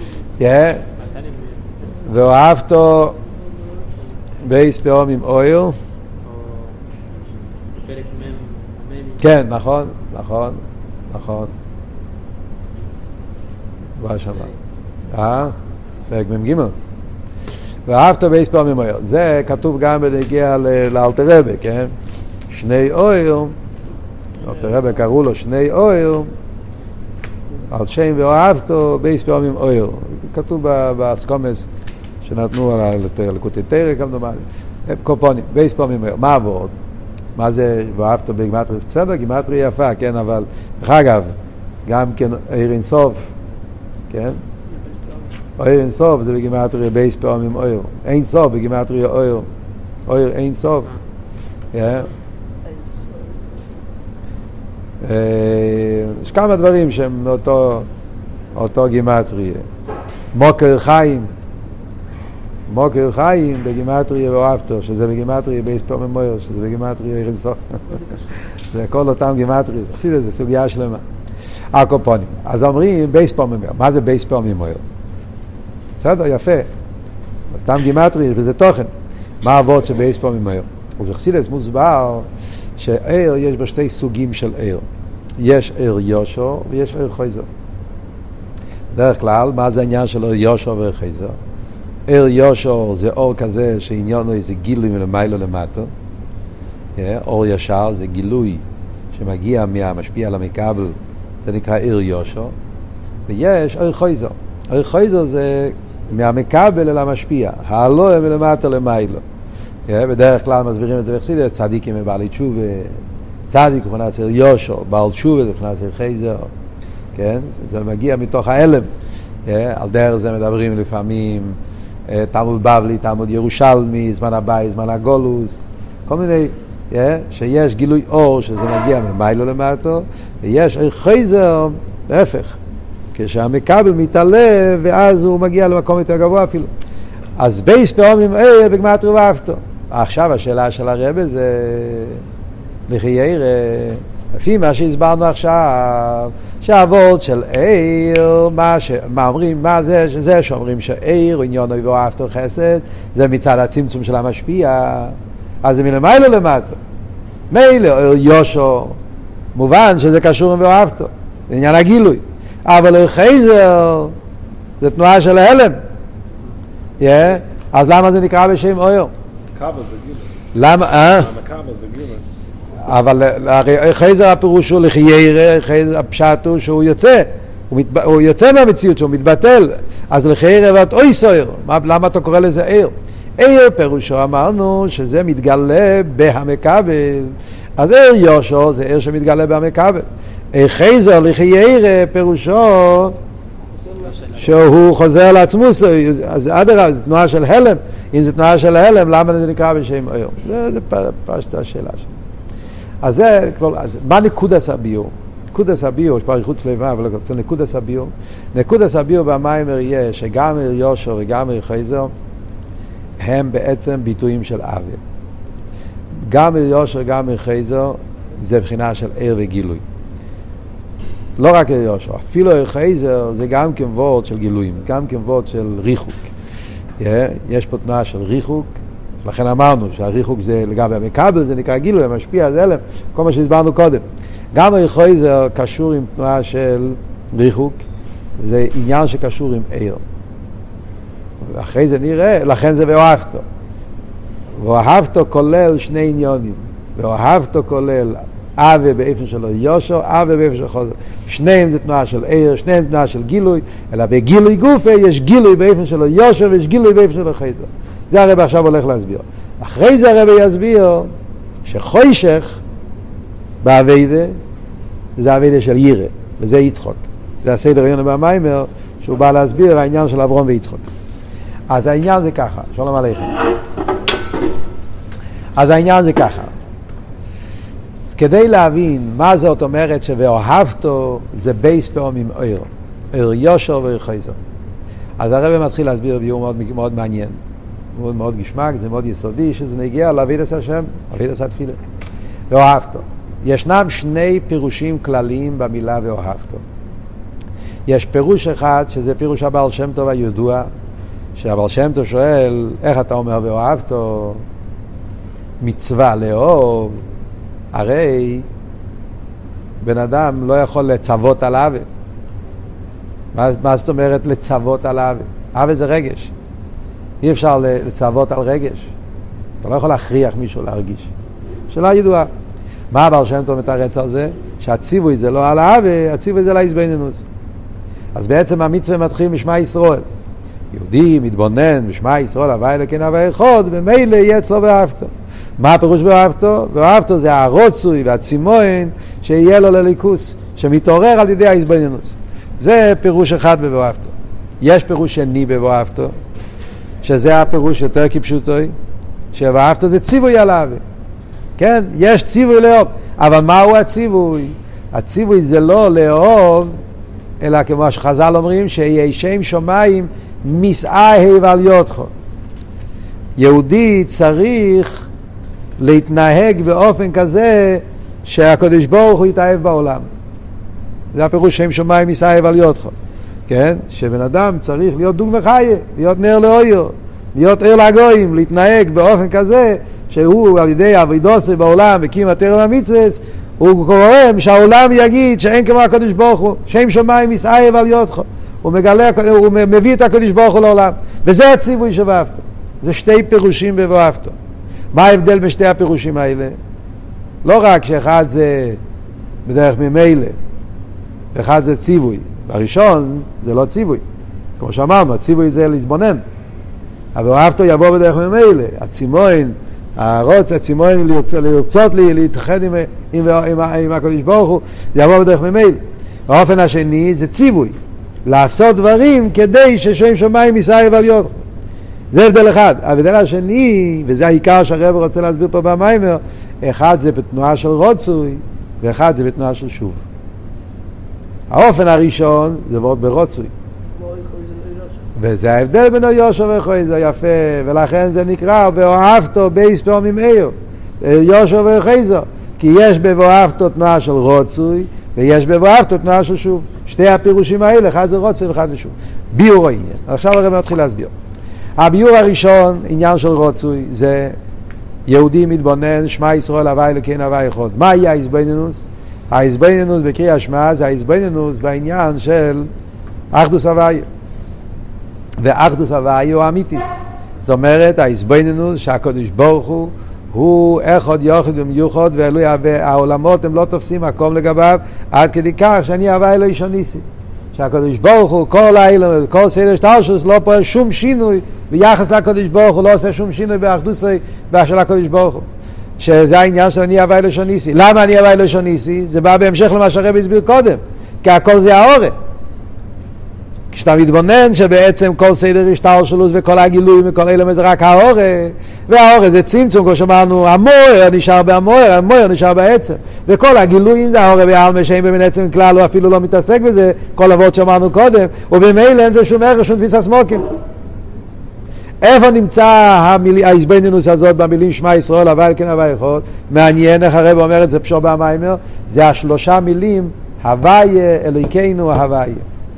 ואוהבתו בייס פעמים אויר. כן, נכון, נכון, נכון. מה שמה? אה? פרק מ"ג. ואהבתו בייס פעמים אויר. זה כתוב גם בנגיע לאלתר רבי, כן? שני אויר, אלתר רבי קראו לו שני אויר, על שם ואוהבתו בייס פעמים אויר. כתוב בסקומס שנתנו על הלקוטי תרא כמדומני. קופונים, בייס פעמים אויר. מה עבוד? מה זה ואהבתו בגימטריה? בסדר, גימטריה יפה, כן, אבל דרך אגב, גם כן איר אין סוף, כן? איר אין סוף זה בגימטריה בייס פעמים אויר. אין סוף בגימטריה אויר. אויר אין סוף. כן? יש כמה דברים שהם מאותו אותו גימטריה. מוקר חיים, מוקר חיים בגימטריה ואוהבתו, שזה בגימטריה בייס פעמים אויר, שזה בגימטריה אין סוף. זה כל אותם גימטריה, תחסיד את זה, סוגיה שלמה. הקופונים. אז אומרים בייס פעמים אויר. מה זה בייס פעמים אויר? בסדר, יפה. סתם גימטריה, וזה תוכן. מה העבוד שבייס פעמים אויר? אז בחסידות מוסבר שעיר יש בה שתי סוגים של עיר. יש עיר יושו ויש עיר חייזו. בדרך כלל, מה זה העניין של עיר יושו ועיר חייזו? עיר יושו זה אור כזה שעניינו איזה גילוי מלמיילו למטה. אור ישר זה גילוי שמגיע מהמשפיע למקבל, זה נקרא עיר יושו. ויש עיר חייזו. עיר חייזו זה מהמקבל אל המשפיע, העלוה מלמטה למיילו. בדרך כלל מסבירים את זה בחסידות, צדיקים מבעלי תשובה, צדיק הוא נכנס עיר יושו, בעל תשובה זה נכנס עיר חייזו, כן? זה מגיע מתוך האלם. על דרך זה מדברים לפעמים תלמוד בבלי, תלמוד ירושלמי, זמן הבית, זמן הגולוס, כל מיני, שיש גילוי אור שזה מגיע ממיילו למטה, ויש עיר חייזו, להפך, כשהמקבל מתעלה ואז הוא מגיע למקום יותר גבוה אפילו. אז בייס פעמים אויר בגימטריה ואהבתו. עכשיו השאלה של הרבי זה לכי ירא, לפי מה שהסברנו עכשיו, שהאבות של עיר, מה, ש... מה אומרים, מה זה, שזה שאומרים שעיר, עניון אוהב ואהבתו חסד, זה מצד הצמצום של המשפיע, אז זה מלמעלה למטה. מילא, יושו, מובן שזה קשור עם ואהבתו, זה עניין הגילוי. אבל חייזר, זה תנועה של ההלם. Yeah. אז למה זה נקרא בשם אויר? קאבה זה גילוי. למה, אה? קאבה זה גילוי. אבל חייזר הפירוש הוא לחיירה, הפשט הוא שהוא יוצא, הוא, מתב... הוא יוצא מהמציאות, שהוא מתבטל. אז לחיירה ואת אוי סויר, למה אתה קורא לזה עיר? עיר פירושו אמרנו שזה מתגלה בהמקבל. אז עיר יושו זה עיר שמתגלה בהמקבל. חייזר לחיירה פירושו שהוא חוזר לעצמו, אז אדרה, זו תנועה של הלם. אם זו תנועה של הלם, למה זה נקרא בשם עיר? זה, זה פשט השאלה שלי. אז זה, אז מה נקודס הביור? נקודס הביור, יש פה אריכות שלמה, אבל זה נקודס הביור. נקודס הביור במיימר יהיה שגם עיר יושר וגם עיר חייזר הם בעצם ביטויים של אבי. גם עיר יושר וגם עיר חייזר זה בחינה של עיר וגילוי. לא רק עיר יושר, אפילו עיר חייזר זה גם כמבואות של גילויים, גם כמבואות של ריחוק. יש פה תנועה של ריחוק, לכן אמרנו שהריחוק זה לגבי המקבל, זה נקרא גילוי, המשפיע, זה אלם, כל מה שהסברנו קודם. גם עיר חייזר קשור עם תנועה של ריחוק, זה עניין שקשור עם עיר. ואחרי זה נראה, לכן זה ואוהבתו. ואוהבתו כולל שני עניונים. ואוהבתו כולל אבי באיפן שלו יושר, אבי באיפן של חוזר. שניהם זה תנועה של עיר, שניהם תנועה של גילוי, אלא בגילוי גופה יש גילוי באיפן שלו יושר ויש גילוי באיפן שלו חייזר. זה הרב עכשיו הולך להסביר. אחרי זה הרב יסביר שחוישך בעבידה זה העבידה של ירא, וזה יצחוק. זה הסדר עניין במיימר שהוא בא להסביר העניין של אברהם ויצחוק. אז העניין זה ככה, שלום עליכם. אז העניין זה ככה. אז כדי להבין מה זאת אומרת שבאוהבתו זה בייס פעמים עיר. עיר יושר ועיר חייזר. אז הרב מתחיל להסביר ביור מאוד, מאוד מעניין. מאוד מאוד גשמק, זה מאוד יסודי, שזה נגיע לעבודת השם, עבודת התפילה. ואוהבתו. ישנם שני פירושים כלליים במילה ואוהבתו. יש פירוש אחד, שזה פירוש הבעל שם טוב הידוע, שהבעל שם טוב שואל, איך אתה אומר ואוהבתו? מצווה לאהוב, הרי בן אדם לא יכול לצוות על אהבה. מה, מה זאת אומרת לצוות על אהבה? אהבה זה רגש. אי אפשר לצוות על רגש. אתה לא יכול להכריח מישהו להרגיש. שאלה ידועה. מה הבעל שם טוב מתרץ על זה? שהציווי זה לא על אהבה, הציווי זה להיזבנינוס. אז בעצם המצווה מתחיל משמע ישראל. יהודי מתבונן בשמע ישראל הווי אלוקים הווי אחד, ומילא יהיה אצלו ואהבתו. מה הפירוש ואהבתו? ואהבתו זה הרוצוי והצימון שיהיה לו לליכוס, שמתעורר על ידי ההיזבנינוס. זה פירוש אחד בבואהבתו. יש פירוש שני בבואהבתו, שזה הפירוש יותר כפשוטוי, שבואהבתו זה ציווי על אהבה. כן? יש ציווי לאהוב. אבל מהו הציווי? הציווי זה לא לאהוב, אלא כמו שחז"ל אומרים, שיהיה שם שמיים מסעהב על יודחו. יהודי צריך להתנהג באופן כזה שהקדוש ברוך הוא יתאהב בעולם. זה הפירוש שם שמיים מסעהב על יודחו. כן? שבן אדם צריך להיות דוגמה חיה, להיות נר לאויר, להיות עיר לגויים, להתנהג באופן כזה שהוא על ידי עבודתו בעולם מקים התורה והמצוות, הוא קורא שהעולם יגיד שאין כמו הקדוש ברוך הוא, שם שמיים מסעהב על יודחו. הוא מגלה, הוא מביא את הקדוש ברוך הוא לעולם, וזה הציווי שבאהבתו. זה שתי פירושים בבאהבתו. מה ההבדל בשתי הפירושים האלה? לא רק שאחד זה בדרך ממילא, אחד זה ציווי. בראשון זה לא ציווי. כמו שאמרנו, הציווי זה להתבונן. אבל אהבתו יבוא בדרך ממילא. הצימון, הרוץ, הצימון לרצות, לרצות לי, להתאחד עם, עם, עם, עם הקדוש ברוך הוא, זה יבוא בדרך ממילא. האופן השני זה ציווי. לעשות דברים כדי ששם שמיים מסעהב על יודחו. זה הבדל אחד. ההבדל השני, וזה העיקר שהרב רוצה להסביר פה במיימר, אחד זה בתנועה של רוצוי, ואחד זה בתנועה של שוב. האופן הראשון זה מאוד ברוצוי. וזה ההבדל בין יושר וחייזר, יפה, ולכן זה נקרא ואוהבתו בייס פעמים עיר, יושר וחייזר. כי יש בבואהבתו תנועה של רוצוי, ויש בבואהבתו תנועה של שוב. שתי הפירושים האלה, אחד זה רוצוי ואחד זה שוב. ביור העניין. עכשיו הרב מתחיל להסביר. הביור הראשון, עניין של רוצוי, זה יהודי מתבונן, שמע ישראל הווי אלוקינו הווי אחד. מה יהיה ההסבוננות? ההסבוננות בקריאת שמע זה ההסבוננות בעניין של אחדוס הווי. ואחדוס הווי הוא אמיתיס. זאת אומרת, ההסבוננות שהקדוש ברוך הוא הוא אחד יחיד ומיוחד, והעולמות הם לא תופסים מקום לגביו, עד כדי כך שאני הווי אלוהי שניסי. שהקדוש ברוך הוא, כל העולם, כל סדר שטלשוס, לא פועל שום שינוי ביחס לקדוש ברוך הוא, לא עושה שום שינוי באחדוסי של הקדוש ברוך הוא. שזה העניין של אני הווי אלוהי שניסי. למה אני הווי אלוהי שניסי? זה בא בהמשך למה שהרב הסביר קודם, כי הכל זה האורה. כשאתה מתבונן שבעצם כל סדר השתלשלות וכל הגילוי וכל אלה זה רק האורה, והאורה זה צמצום, כמו שאמרנו, המוער נשאר בהמוער, המוער נשאר בעצם, וכל הגילויים זה האורה בעלמא שאין במין עצם כלל, הוא אפילו לא מתעסק בזה, כל אבות שאמרנו קודם, ובמילא אין זה שום ערך, שום תפיסה סמוקים. איפה נמצא ההסבוננות הזאת במילים שמע ישראל הווי אלוקינו הווי אחד? מעניין איך הרב אומר את זה פשוט במיימר, זה השלושה מילים הווי אלוקינו הווי.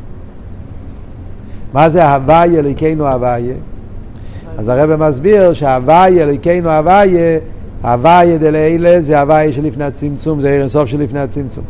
מה זה הווי אלוקינו הווי? אז הרב מסביר שהווי אלוקינו הווי, הווי דלעילה זה הווי שלפני הצמצום, זה אינסוף שלפני הצמצום.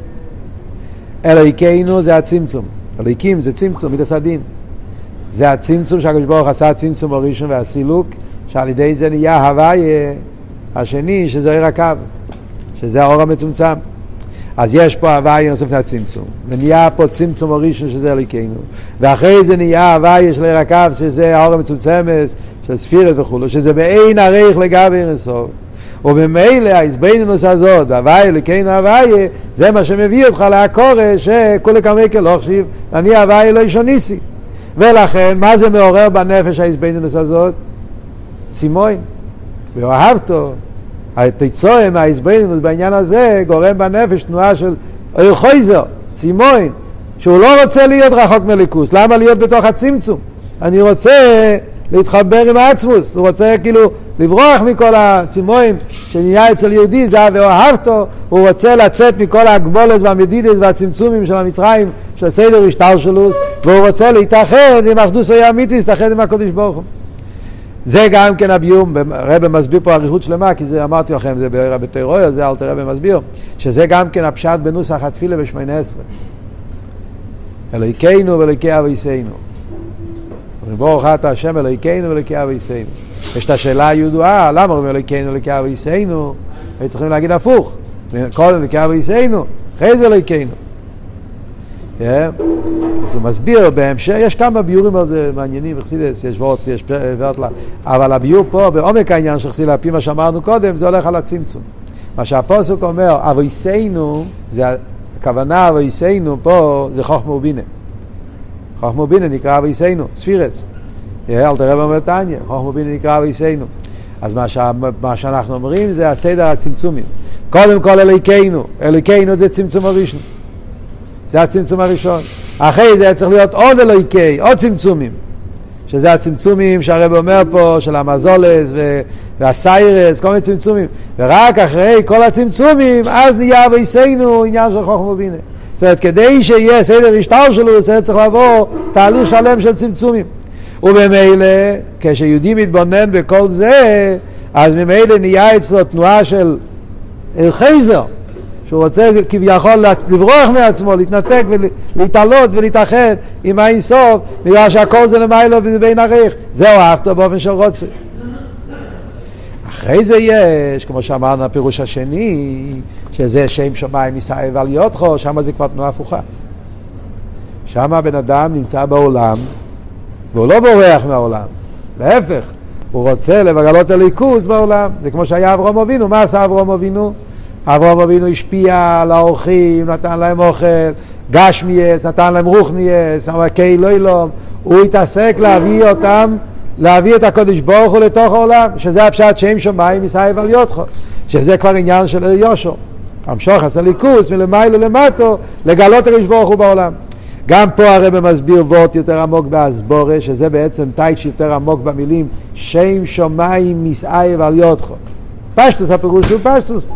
אלוקינו זה הצמצום, אלוקים זה צמצום, מידס הדין. זה הצמצום שהקדוש ברוך עשה הצמצום הראשון והסילוק, שעל ידי זה נהיה הווי השני שזה עיר הקו, שזה האור המצומצם. אז יש פה הווי נוסף לצמצום, ונהיה פה צמצום הראשון שזה אלוקינו, ואחרי זה נהיה הווי של עיר הקו שזה האור המצומצמת של ספירת וכו', שזה באין ערך לגבי אינסוף. ובמילא ההסבוננות הזאת, הווי אלוקינו הווי, זה מה שמביא אותך להקורא שכולי כמקל לא חשיב אני הווי אלוהי שניסי. ולכן מה זה מעורר בנפש ההסבוננות הזאת? צימון ואוהבתו. התיצורים ההסבוננות בעניין הזה גורם בנפש תנועה של חויזר, צימון, שהוא לא רוצה להיות רחוק מליכוס. למה להיות בתוך הצמצום? אני רוצה להתחבר עם העצמוס, הוא רוצה כאילו לברוח מכל הצימון שנהיה אצל יהודי, זה ואוהבתו, הוא רוצה לצאת מכל ההגבולת והמדידות והצמצומים של המצרים, של סדר השתלשלות, והוא רוצה להתאחד עם אחדוס האמיתי, להתאחד עם הקדוש ברוך הוא. זה גם כן הביום, הרב מסביר פה אריכות שלמה, כי זה אמרתי לכם, זה בתורה, זה אלתר רב מסביר, שזה גם כן הפשט בנוסח התפילה בשמונה עשרה. אלוהינו ואלוהי אבותינו. ברוך אתה השם אלוהינו ואלוהי אבותינו. יש את השאלה הידועה, למה אומרים אלוהינו ואלוהי אבותינו? היו צריכים להגיד הפוך. קודם אלוהי אבותינו, אחרי זה אלוהינו. אז הוא מסביר בהמשך, יש כמה ביורים על זה מעניינים, יש וורט, יש וורט לה, אבל הביור פה, בעומק העניין של חסידה, לפי מה שאמרנו קודם, זה הולך על הצמצום. מה שהפוסק אומר, אבותינו, הכוונה אבותינו פה, זה חוכמה ובינה. חוכמה ובינה נקרא אבותינו, ספירס. אל תראה במתניה, חוכמה ובינה נקרא אבותינו. אז מה, שה, מה שאנחנו אומרים זה הסדר הצמצומים. קודם כל אלוקינו, אלוקינו זה צמצום הראשון. זה הצמצום הראשון. אחרי זה צריך להיות עוד אלוהיקי, עוד צמצומים. שזה הצמצומים שהרב אומר פה, של המזולס והסיירס, כל מיני צמצומים. ורק אחרי כל הצמצומים, אז נהיה אבותינו עניין של חוכמה ובינה. זאת אומרת, כדי שיהיה סדר השתלשלות, זה צריך לעבור תהליך שלם של צמצומים. ובמילא, כשיהודי מתבונן בכל זה, אז ממילא נהיה אצלו תנועה של חייזר, שהוא רוצה כביכול לברוח מעצמו, להתנתק ולהתעלות ולהתאחד עם האין סוף, בגלל שהכל זה למיילו וזה בין ערך. זהו אהבתו באופן של רוצה. אחרי זה יש, כמו שאמרנו, הפירוש השני, שזה שם שמיים יישא ועל יותך, שם זה כבר תנועה הפוכה. שם הבן אדם נמצא בעולם, והוא לא בורח מהעולם. להפך, הוא רוצה לגלות הליכוז בעולם. זה כמו שהיה אברהם אבינו. מה עשה אברהם אבינו? אברהם אבינו השפיע על האורחים, נתן להם אוכל, גשמייס, נתן להם רוחנייס, אמר קי לא ילום. הוא התעסק להביא אותם, להביא את הקדוש ברוך הוא לתוך העולם, שזה הפשט שם שמיים יישא ועל יותך, שזה כבר עניין של יושע. המשוך עשה ליכוז מלמיילו למטו, לגלות הקדוש ברוך הוא בעולם. גם פה הרב מסביר וורט יותר עמוק בהסבורה, שזה בעצם טייץ' יותר עמוק במילים שם שמיים יישא ועל יותך. פשטוס, הפירוש הוא פשטוס.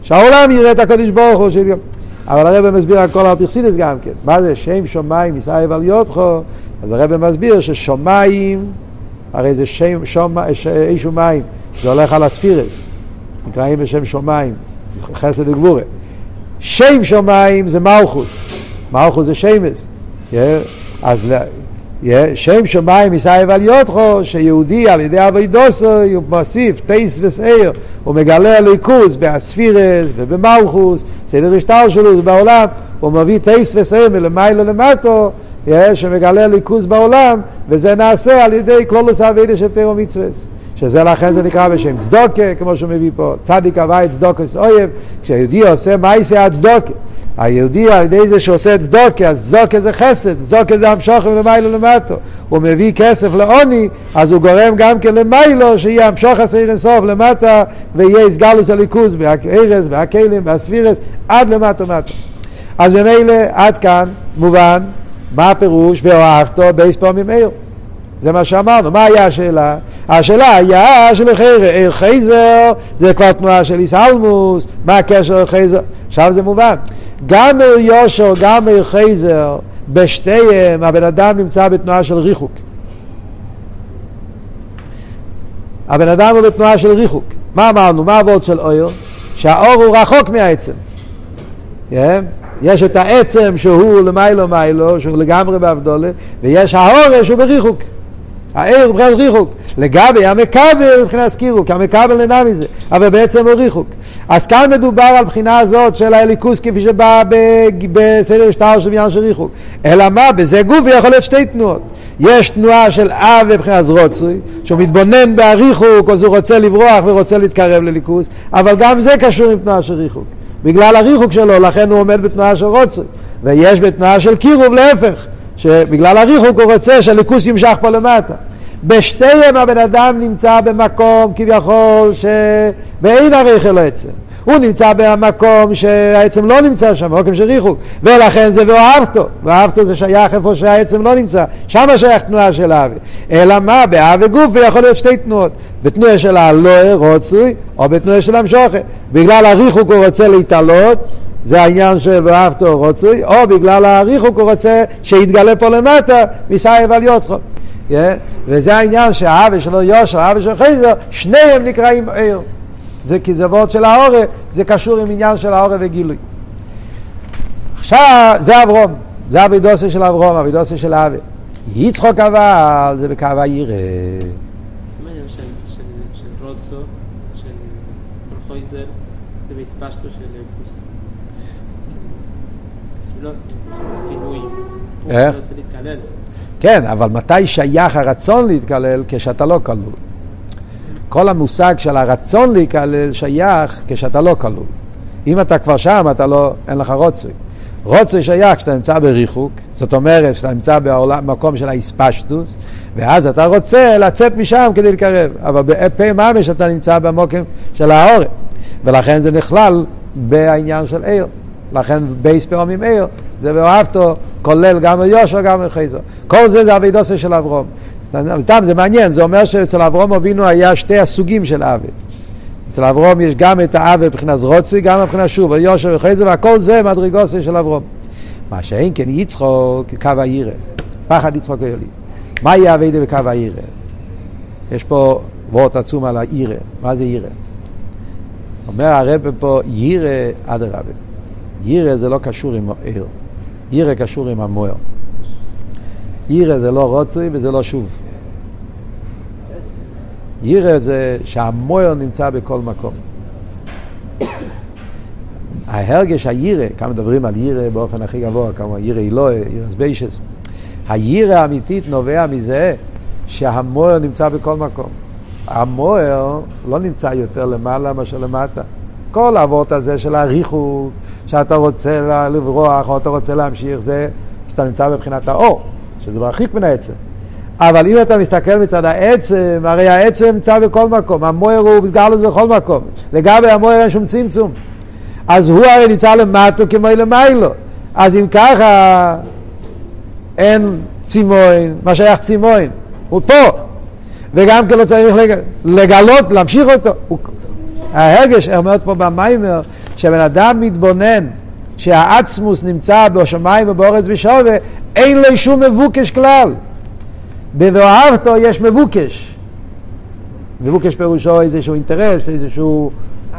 שהעולם יראה את הקדוש ברוך הוא. אבל הרב מסביר הכל על פרסידס גם כן. מה זה שם שמיים מסייב על יודחו? אז הרב מסביר ששמיים, הרי זה שם, שום, אישו מים, זה הולך על הספירס, נקראים בשם שמיים, חסד וגבורה. שם שמיים זה מלכוס, מלכוס זה שמס. Yeah. אז yeah. שם שמיים מסייב על יודחו, שיהודי על ידי עבודתו הוא מוסיף טייס וסעיר, הוא מגלה ליכוז בספירס ובמלכוס, סדר השטר שלו זה בעולם, הוא מביא טייס וסעיר מלמעלה למטו, yeah, שמגלה ליכוז בעולם, וזה נעשה על ידי כלולוס העבודה של תורה ומצוות, שזה לכן זה נקרא בשם צדוקה, כמו שהוא מביא פה, צדיק הווי צדוקס אויב. כשהיהודי עושה מעשה הצדוקה, היהודי על ידי זה שעושה צדוקה, אז צדוקה זה חסד, צדוקה זה המשוכם למעלה למטו, הוא מביא כסף לעוני, אז הוא גורם גם כן למיילו, שיהיה המשוך הסעיר אינסוף למטה, ויהיה הסגלוס הליכוז בהארץ, בהכלים, בהספירס, עד למטו מטו. אז במילא עד כאן מובן מה הפירוש ואוהבתו בייס פעמים עיר. זה מה שאמרנו. מה היה השאלה? השאלה היה שלחיר עיר חייזר זה כבר תנועה של איסהלמוס. מה הקשר עיר חייזר? עכשיו זה מובן. גם עיר יושר, גם עיר חייזר, בשתיהם הבן אדם נמצא בתנועה של ריחוק. הבן אדם הוא בתנועה של ריחוק. מה אמרנו? מה העבוד של אור? שהאור הוא רחוק מהעצם. yeah. יש את העצם שהוא למיילו מיילו, שהוא לגמרי בהבדולה, ויש האור שהוא בריחוק. העיר הוא מבחינת ריחוק. לגבי המקבל מבחינת קירוק, המקבל נהנה מזה, אבל בעצם הוא ריחוק. אז כאן מדובר על בחינה הזאת של הליכוס כפי שבא בסדר שטר של בניין של ריחוק. אלא מה? בזה גוף יכול להיות שתי תנועות. יש תנועה של אב מבחינת רוצוי, שהוא מתבונן בהריחוק, אז הוא רוצה לברוח ורוצה להתקרב לליכוס, אבל גם זה קשור עם תנועה של ריחוק. בגלל הריחוק שלו, לכן הוא עומד בתנועה של רוצוי. ויש בתנועה של קירוב להפך, שבגלל הריחוק הוא רוצה שהליכוס ימשך פה למטה. בשתיהם הבן אדם נמצא במקום כביכול שבאין הריחל העצם. הוא נמצא במקום שהעצם לא נמצא שם, מקום של ריחוק. ולכן זה ואוהבתו. ואוהבתו זה שייך איפה שהעצם לא נמצא. שם שייך תנועה של אהבה. אלא מה? באהבה גוף ויכול להיות שתי תנועות. בתנועה של הלואה, רוצוי, או בתנועה של המשוכה. בגלל הריחוק הוא רוצה להתעלות, זה העניין של ואהבתו רוצוי, או בגלל הריחוק הוא רוצה שיתגלה פה למטה, מסייב על יודחו. Yeah. וזה העניין שהאהבה שלו יושר, האהבה שלו חייזר, שניהם נקראים עיר. זה כי זה וורט של האורה, זה קשור עם עניין של האורה וגילוי. עכשיו, זה אברום, זה אבידוסה של אברום, אבידוסה של אהבה. יצחוק אבל, זה בקו העירה. מה העניין של רוצו, של חייזר, זה בהספשתו של קוס? לא, מסכינויים. הוא רוצה להתקלל. כן, אבל מתי שייך הרצון להתקלל? כשאתה לא כלול. כל המושג של הרצון להתקלל שייך כשאתה לא כלול. אם אתה כבר שם, אתה לא, אין לך רוצוי. רוצוי שייך כשאתה נמצא בריחוק, זאת אומרת שאתה נמצא במקום של ההספשטוס, ואז אתה רוצה לצאת משם כדי לקרב. אבל בפעם ממש אתה נמצא במקום של האור. ולכן זה נכלל בעניין של עיר. לכן בייס פעמים עיר, זה ואוהבתו, כולל גם יושר, גם חייזר. כל זה זה אבידוסה של אברום. סתם, זה מעניין, זה אומר שאצל אברום אבינו היה שתי הסוגים של אבי. אצל אברום יש גם את האבי מבחינת רוצוי, גם מבחינת שוב, יושר וחייזר, והכל זה מדרגוסה של אברום. מה שאין כן יצחוק קו העירה. פחד יצחוק היולי. מה יהיה אבידה בקו העירה? יש פה וורט עצום על העירה. מה זה עירה? אומר הרב פה, עירה עד הרבה. עירה זה לא קשור עם עיר. עירה קשור עם המוער. עירה זה לא רוצוי וזה לא שוב. עירה זה שהמוער נמצא בכל מקום. ההרגש העירה, כאן מדברים על עירה באופן הכי גבוה, כמו עירה אילוה, עירה סביישס. העירה האמיתית נובע מזה שהמוער נמצא בכל מקום. המוער לא נמצא יותר למעלה מאשר למטה. כל העבוד הזה של הריחוק, שאתה רוצה לברוח או אתה רוצה להמשיך, זה שאתה נמצא בבחינת האור, שזה מרחיק מן העצם. אבל אם אתה מסתכל מצד העצם, הרי העצם נמצא בכל מקום, המוער הוא מסגרלוס בכל מקום. לגבי המוער אין שום צמצום. אז הוא הרי נמצא למטו כמו למיילו. אז אם ככה, אין צימוין, מה שייך צימוין, הוא פה. וגם כן לא צריך לגלות, להמשיך אותו. הוא ההרגש, אומרת פה במיימר, שבן אדם מתבונן שהעצמוס נמצא בשמיים ובאורץ בשווה, אין לו שום מבוקש כלל. ב"ואהבתו" יש מבוקש. מבוקש פירושו איזשהו אינטרס, איזשהו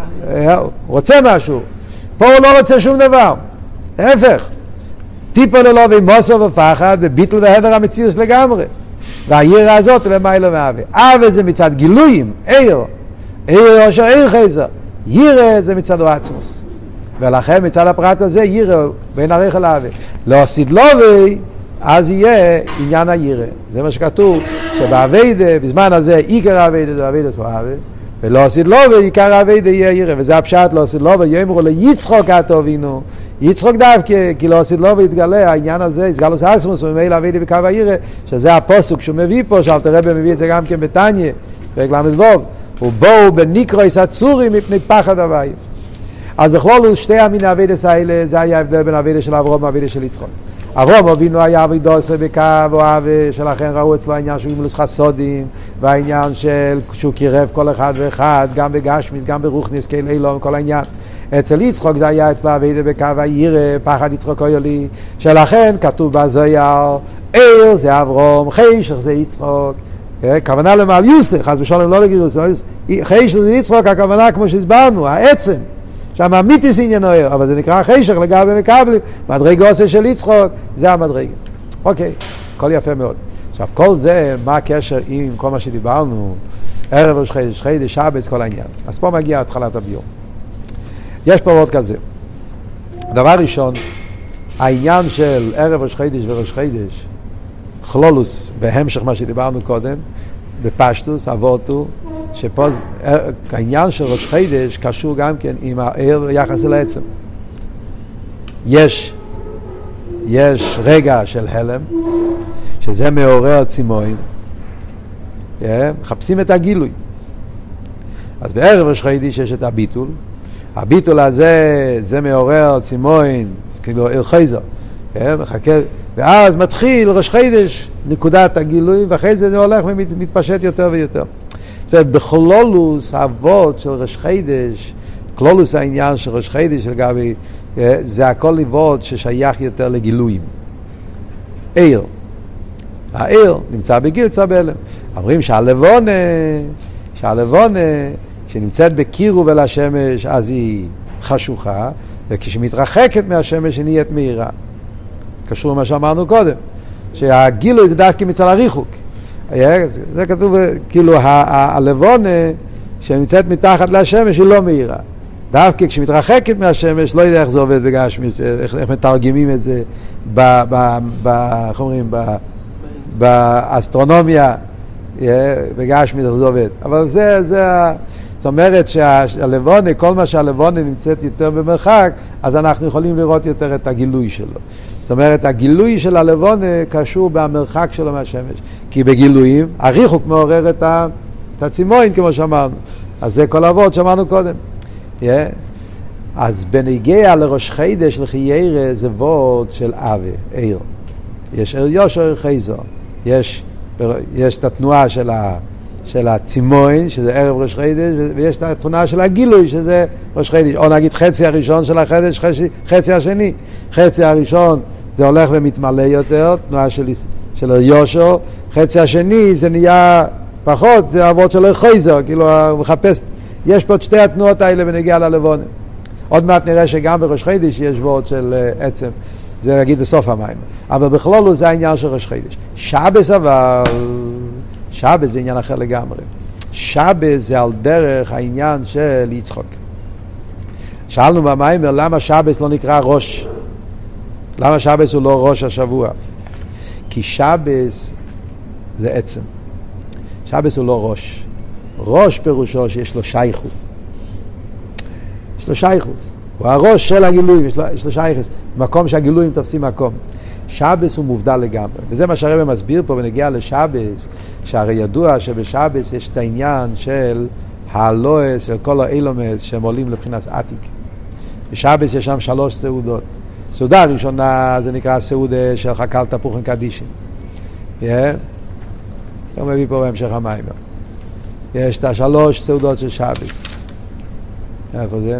רוצה משהו. פה הוא לא רוצה שום דבר. להפך. טיפו ללא ומוסו ופחד וביטל והדר המציאוס לגמרי. והיראה הזאת למעלה מהווה. אהבה זה מצד גילויים, עיר. עיר אשר עיר חזר. יראה זה מצד העצמוס. ולכן מצד הפרט הזה יראה בין עריך לאהבה. לא עשית לובי, אז יהיה עניין היראה. זה מה שכתוב, שבעבדה, בזמן הזה עיקר העבדה זה עבדה סוהבה, ולא עשית לובי, עיקר העבדה יהיה יראה. וזה הפשט, לא עשית לובי, יאמרו ליצחוק הטובינו. יצחוק דווקא, כי לא עשית לובי יתגלה, העניין הזה, יסגל עושה עצמוס, וממילא עבדה בקו היראה, שזה הפוסק שהוא מביא פה, שאלתר רבי מביא את זה גם כן בתניא, פרק למדבוב. ובואו בניקרויס הצורים מפני פחד הוויים. אז בכלול הוא שתי המין העבדס האלה, זה היה ההבדל בין העבדס של אברהם והעבדס של יצחוק. אברהם אבינו היה עבדוסה בקו אוהבה, שלכן ראו אצלו העניין שהוא גמילות חסודים, והעניין של שהוא קירב כל אחד ואחד, גם בגשמיס, גם ברוחניס, כאל אילום, כל העניין. אצל יצחוק זה היה אצלו עבדה בקו היראה, פחד יצחוק אוילי, שלכן כתוב בזויר, עיר זה אברהם, חישר זה יצחוק, כוונה למעל יוסף, חס ושלום לא לגירוס, חישר זה יצחוק, הכוונה כמו שהסברנו, העצם. שם אמיתיס עניינו, אבל זה נקרא חשך לגבי מקבלים, מדרגוסה של יצחוק, זה המדרגה. אוקיי, הכל יפה מאוד. עכשיו, כל זה, מה הקשר עם כל מה שדיברנו, ערב ראש חודש, חודש, שבת, כל העניין. אז פה מגיע התחלת הביור. יש פה עוד כזה. דבר ראשון, העניין של ערב ראש חודש וראש חודש, כלולוס, בהמשך מה שדיברנו קודם, בפשטוס, אבותו, שפה העניין של ראש חודש קשור גם כן עם העיר יחס אל העצם. יש, יש רגע של הלם, שזה מעורר צימוין, yeah, מחפשים את הגילוי. אז בערב ראש חודש יש את הביטול, הביטול הזה, זה מעורר צימוין, כאילו עיר חזר, yeah, מחכה, ואז מתחיל ראש חודש, נקודת הגילוי, ואחרי זה זה הולך ומתפשט יותר ויותר. ובכלולוס האבות של ראש חודש, כלולוס העניין של ראש חודש של גבי, זה הכל ליבות ששייך יותר לגילויים. עיר. העיר נמצא בגיל צבלם. אומרים שהלבונה, שהלבונה, כשנמצאת בקירוב אל השמש, אז היא חשוכה, וכשמתרחקת מהשמש היא נהיית מהירה. קשור למה שאמרנו קודם, שהגילוי זה דווקא מצד הריחוק. זה כתוב, כאילו הלבונה שנמצאת מתחת לשמש היא לא מהירה. דווקא כשמתרחקת מהשמש, לא יודע איך זה עובד בגשמיס, איך, איך מתרגמים את זה ב, ב, ב, איך אומרים, ב, באסטרונומיה, בגשמיס איך זה עובד. אבל זה, זה, זאת אומרת שהלבונה, כל מה שהלבונה נמצאת יותר במרחק, אז אנחנו יכולים לראות יותר את הגילוי שלו. זאת אומרת, הגילוי של הלבונה קשור במרחק שלו מהשמש. כי בגילויים, הריחוק מעורר את הצימוין, כמו שאמרנו. אז זה כל אבות שאמרנו קודם. Yeah. אז בנגיע לראש חודש לחיירה זה ווד של אבה, עיר. יש עיר יושר, עיר חזר. יש, יש את התנועה של, ה, של הצימוין, שזה ערב ראש חודש, ויש את התנועה של הגילוי, שזה ראש חודש. או נגיד חצי הראשון של החודש, חצי, חצי השני. חצי הראשון זה הולך ומתמלא יותר, תנועה של, של יושר. חצי השני זה נהיה פחות, זה עבוד של עיר חזר, כאילו הוא מחפש. יש פה את שתי התנועות האלה בנגיע ללבונה. עוד מעט נראה שגם בראש חודש יש ווד של uh, עצם. זה נגיד בסוף המים. אבל בכלול זה העניין של ראש חודש. שבס אבל, שבס זה עניין אחר לגמרי. שבס זה על דרך העניין של יצחוק. שאלנו במים, למה שבס לא נקרא ראש? למה שבס הוא לא ראש השבוע? כי שבס זה עצם. שבס הוא לא ראש. ראש פירושו שיש לו שייכוס. יש לו שייכוס. הוא הראש של הגילויים, יש לו, יש לו שייכוס. מקום שהגילויים תופסים מקום. שבס הוא מובדל לגמרי. וזה מה שהרבא מסביר פה בנגיע לשבס, שהרי ידוע שבשבס יש את העניין של הלועס, של כל האילומס שהם עולים לבחינת עתיק. בשבס יש שם שלוש סעודות. סעודה הראשונה זה נקרא סעודה של חקל תפוחים קדישים. Yeah. הוא מביא פה בהמשך המים. יש את השלוש סעודות של שבס. איפה זה?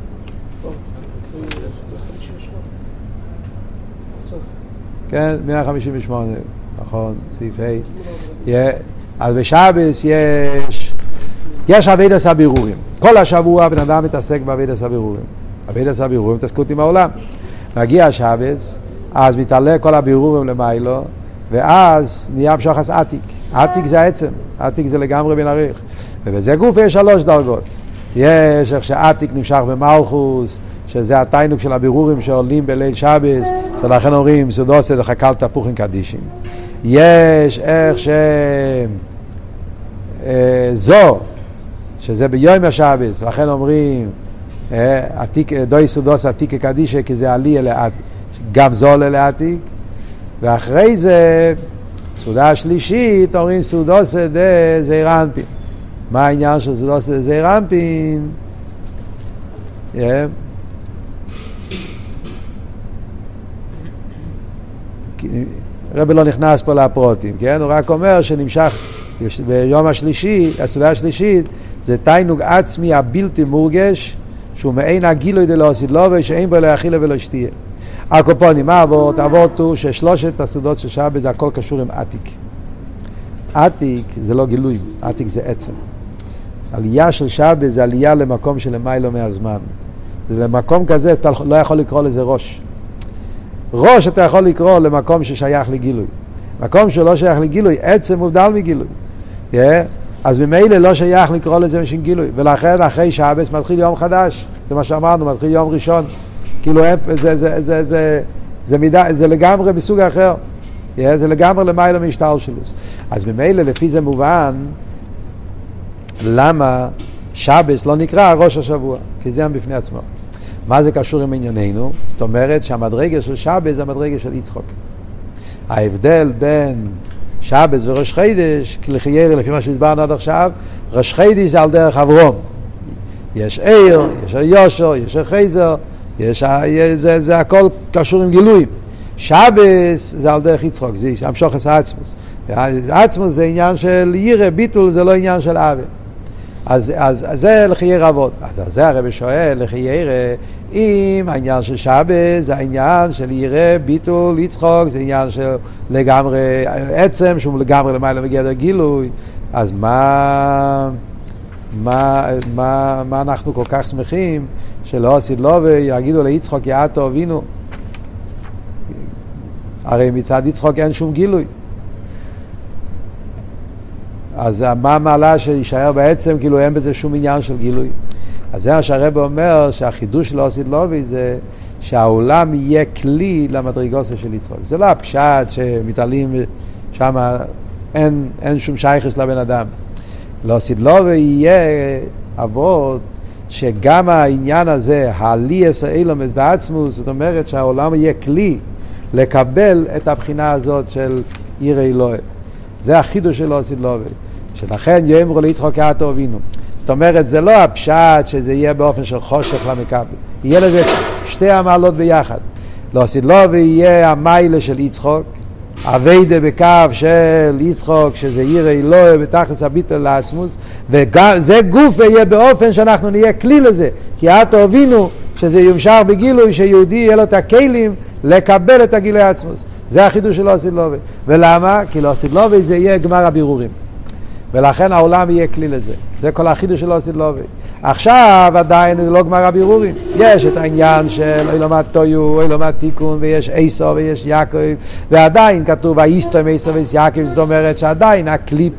כן, מאה חמישים ושמונה, נכון, סעיף ה'. אז בשבס יש, יש עבודת הבירורים. כל השבוע בן אדם מתעסק בעבודת הבירורים. עבודת הבירורים, התעסקות עם העולם. מגיע השבס, אז מתעלה כל הבירורים למיילו, ואז נהיה משוחס עתיק. עתיק זה העצם, עתיק זה לגמרי בן עריך. ובזה גוף יש שלוש דרגות. יש איך שעתיק נמשך במלכוס, שזה התיינוק של הבירורים שעולים בליל שבס, ולכן אומרים סודוסה זה חקל תפוחים קדישים. יש איך ש... זו, שזה ביום השבס, לכן אומרים עתיק, דוי סודוסה עתיק קדישה, כי זה עלי אלעתיק, גם זו אלעתיק. ואחרי זה, סעודה השלישית, אומרים סעודוסה דה זעיר אנפין. מה העניין של סעודוסה דה זעיר אנפין? Yeah. רבי לא נכנס פה לפרוטים, כן? הוא רק אומר שנמשך ביום השלישי, הסעודה השלישית, זה תיינוג עצמי הבלתי מורגש, שהוא מעין הגילוי דלא עשית לו, ושאין בו לא יאכילה ולא ישתיה. הקופונים, מה עבוד? עבוד הוא ששלושת הסעודות של שבת זה הכל קשור עם עתיק. עתיק זה לא גילוי, עתיק זה עצם. עלייה של שבת זה עלייה למקום של מיילו מהזמן. זה למקום כזה, אתה לא יכול לקרוא לזה ראש. ראש אתה יכול לקרוא למקום ששייך לגילוי. מקום שלא שייך לגילוי, עצם מובדל מגילוי. Yeah? אז ממילא לא שייך לקרוא לזה משום גילוי. ולכן אחרי שבת מתחיל יום חדש. זה מה שאמרנו, מתחיל יום ראשון. כאילו זה, זה, זה, זה, זה, זה, מידה, זה לגמרי בסוג אחר. Yeah? זה לגמרי למעלה משטר שלוס. אז ממילא לפי זה מובן, למה שבת לא נקרא ראש השבוע? כי זה הם בפני עצמו. מה זה קשור עם ענייננו? זאת אומרת שהמדרגה של שבת זה המדרגה של יצחוק. ההבדל בין שבת וראש חודש, כלחייר, לפי מה שהסברנו עד עכשיו, ראש חודש זה על דרך אברום. יש עיר, יש יושר, יש חייזר, יש, זה, זה הכל קשור עם גילויים. שבת זה על דרך יצחוק, זה המשוך העצמוס. העצמוס זה עניין של ירא, ביטול זה לא עניין של עוול. אז, אז, אז זה לחייר אבות. אז זה הרב שואל, לחייר, אם העניין של שבת זה העניין של ירא, ביטול, יצחוק, זה עניין של לגמרי עצם, שהוא לגמרי למעלה מגדר גילוי, אז מה, מה, מה, מה אנחנו כל כך שמחים שלא עשית לו ויגידו ליצחוק יעתו אבינו? הרי מצד יצחוק אין שום גילוי. אז מה המעלה שישאר בעצם, כאילו אין בזה שום עניין של גילוי. אז זה מה שהרב אומר, שהחידוש של עושית לובי זה שהעולם יהיה כלי למדרגות של יצחוק. זה לא הפשט שמתעלים שם, אין, אין שום שייכס לבן אדם. לעושית לובי יהיה אבות שגם העניין הזה, העליאס האילומס בעצמוס, זאת אומרת שהעולם יהיה כלי לקבל את הבחינה הזאת של ירא אלוהים. זה החידוש של עושית לובי. שלכן יאמרו ליצחוק יעתו אבינו. זאת אומרת, זה לא הפשט שזה יהיה באופן של חושך למקבל. יהיה לזה שתי המעלות ביחד. לעושית לובי יהיה המיילה של יצחוק, הווידה בקו של יצחוק, שזה ירא אלוהים בתכלס הביטול לעצמוס, וזה גוף יהיה באופן שאנחנו נהיה כלי לזה. כי יעתו אבינו, שזה ימשך בגילוי, שיהודי יהיה לו את הכלים לקבל את הגילוי עצמוס. זה החידוש של עושית לובי. ולמה? כי לעושית לובי זה יהיה גמר הבירורים. ולכן העולם יהיה כלי לזה. זה כל החידוש של עושית לובי. עכשיו עדיין זה לא גמר הבירורים. יש את העניין של אילומת טויו, אילומת תיקון, ויש עשו ויש יעקב, ועדיין כתוב ויסתום עשו ויש יעקב, זאת אומרת שעדיין הקליפה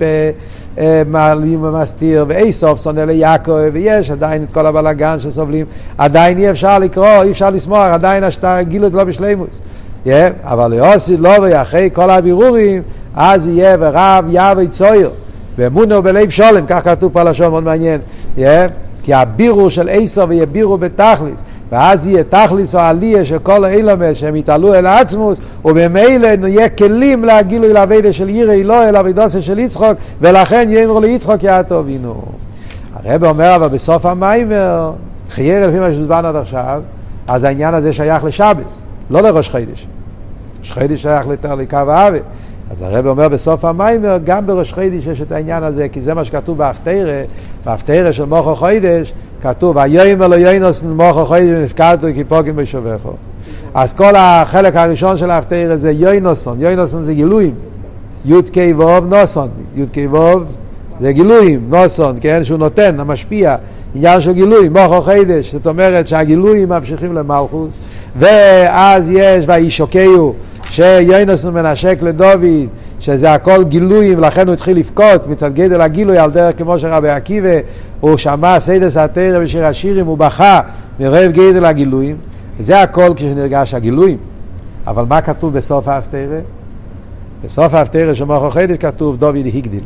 מעלים ומסתיר, ועשו שונא ליעקב, ויש עדיין את כל הבלגן שסובלים. עדיין אי אפשר לקרוא, אי אפשר לשמוח, עדיין השתה גילוי לא בשלימוס. Yeah, אבל לעושית לובי אחרי כל הבירורים, אז יהיה ורב יעבוד צויר. באמונה ובלב שולם, כך כתוב פה לשון מאוד מעניין. Yeah, כי הבירור של עשו יהיה בירור בתכליס, ואז יהיה תכליס או עלייה של כל האילומס שהם יתעלו אל העצמוס, ובמילא יהיה כלים להגילוי לעבודה של ירא אלוהים, לעבודה של יצחוק, ולכן יאמרו ליצחוק יעתו אבינו. הרב אומר אבל בסוף המיימר, חייר לפי מה שהסברנו עד עכשיו, אז העניין הזה שייך לשבת, לא לראש חודש. ראש חודש שייך לקו האווה. אז הרב אומר בסוף המיימר, גם בראש חודש יש את העניין הזה, כי זה מה שכתוב בהפטרה, בהפטרה של מוחו חודש, כתוב, ויאמר לו יינוס מוחו חוידי ונפקדתו כי פוקים בשובחו. אז כל החלק הראשון של ההפטרה זה יוינוסון, יוינוסון זה גילויים, יוד קי ווב נוסון, יוד קי ווב זה גילויים, נוסון, כן, שהוא נותן, המשפיע, עניין של גילויים, מוחו חידש, זאת אומרת שהגילויים ממשיכים למלכוס, ואז יש וישוקהו, שיוינוסון מנשק לדוד, שזה הכל גילויים, לכן הוא התחיל לבכות מצד גדל הגילוי על דרך כמו שרבי עקיבא, הוא שמע סיידס התורה בשיר השירים, הוא בכה מרוב גדל הגילויים, זה הכל כשנרגש הגילויים. אבל מה כתוב בסוף ההפטרה? בסוף ההפטרה של מוחו חידש כתוב דוד הגדיל.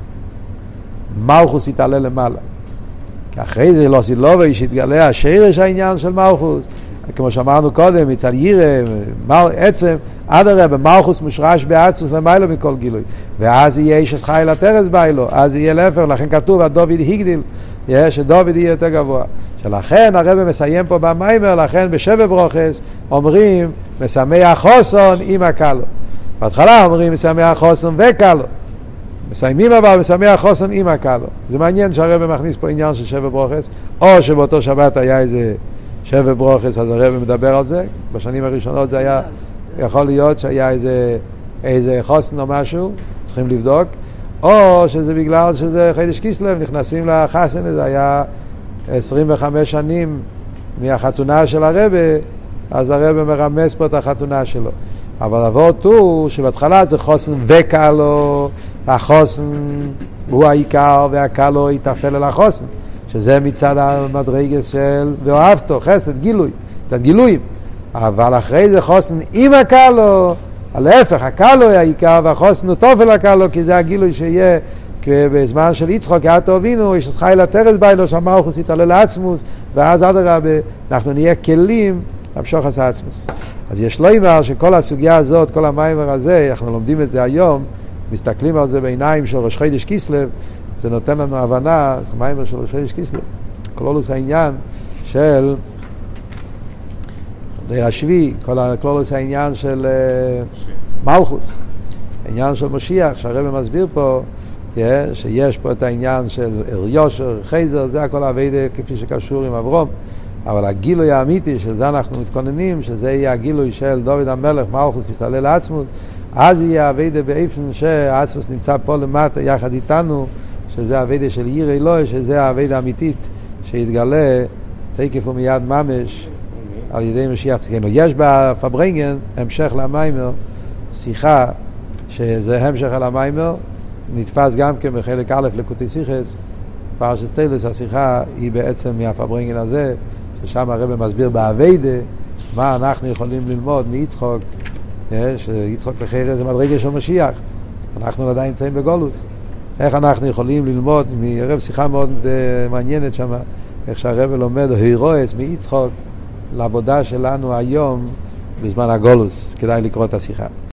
מלכוס יתעלה למעלה. כי אחרי זה לא סילובי שהתגלה השרש העניין של מלכוס, כמו שאמרנו קודם, מצד ירא, עצם, עד הרבה, מלכוס מושרש בעצמוס למיילו מכל גילוי. ואז יהיה איש חי לטרס ביילו, אז יהיה להפך, לכן כתוב, הדוד הגדיל, שדוד יהיה יותר גבוה. שלכן הרב מסיים פה במיימר, לכן בשבע ברוכס אומרים, משמח חוסן עם הקלו. בהתחלה אומרים, משמח חוסן וקלו. מסיימים אבל משמח חוסן עם הקלו. זה מעניין שהרב מכניס פה עניין של שבע ברוכס, או שבאותו שבת היה איזה שבע ברוכס, אז הרב מדבר על זה. בשנים הראשונות זה היה, יכול להיות שהיה איזה, איזה חוסן או משהו, צריכים לבדוק, או שזה בגלל שזה חידש כיסלב, נכנסים לחסן, זה היה עשרים וחמש שנים מהחתונה של הרב, אז הרב מרמז פה את החתונה שלו. אבל עבוד הוא שבהתחלה זה חוסן וקלו, החוסן הוא העיקר והקלו יתאפל על החוסן, שזה מצד המדרגס של ואוהבתו, חסד, גילוי, מצד גילויים. אבל אחרי זה חוסן עם הקלו, להפך, הקלו היא העיקר והחוסן הוא טוב אל הקלו, כי זה הגילוי שיהיה בזמן של יצחוק, כי את אבינו, יש חי לטרס ביילו, שהמלכוס יתעלה לעצמוס, ואז עד הרבה, אנחנו נהיה כלים למשוך את העצמוס. אז יש לו אמר שכל הסוגיה הזאת, כל המיימר הזה, אנחנו לומדים את זה היום, מסתכלים על זה בעיניים של ראש חודש כיסלב, זה נותן לנו הבנה, זה מיימר של ראש חודש כיסלב, כלולוס העניין של די השבי, כלולוס העניין של uh, מלכוס, העניין של משיח, שהרבא מסביר פה, yeah, שיש פה את העניין של יושר, חייזר, זה הכל העבודה כפי שקשור עם אברום, אבל הגילוי האמיתי שזה אנחנו מתכוננים, שזה יהיה הגילוי של דוד המלך, מלכוס כשתעלה לעצמוס, אז יהיה העבודה באופן שהעצמוס נמצא פה למטה יחד איתנו, שזה העבודה של ירא אלוהי, שזה העבודה האמיתית שיתגלה תקף ומיד ממש על ידי משיח צדקנו. יש בפברנגן המשך למיימר, שיחה שזה המשך על המיימר, נתפס גם כן בחלק א' לקוטי שיחס, פרשת סטיילס, השיחה היא בעצם מהפברנגן הזה, ששם הרב מסביר בעבודה מה אנחנו יכולים ללמוד מיצחוק, שיצחוק לחירה זה מדרגה של משיח, אנחנו עדיין נמצאים בגולוס, איך אנחנו יכולים ללמוד, הרב שיחה מאוד מעניינת שם, איך שהרב לומד הירואס מיצחוק לעבודה שלנו היום בזמן הגולוס, כדאי לקרוא את השיחה.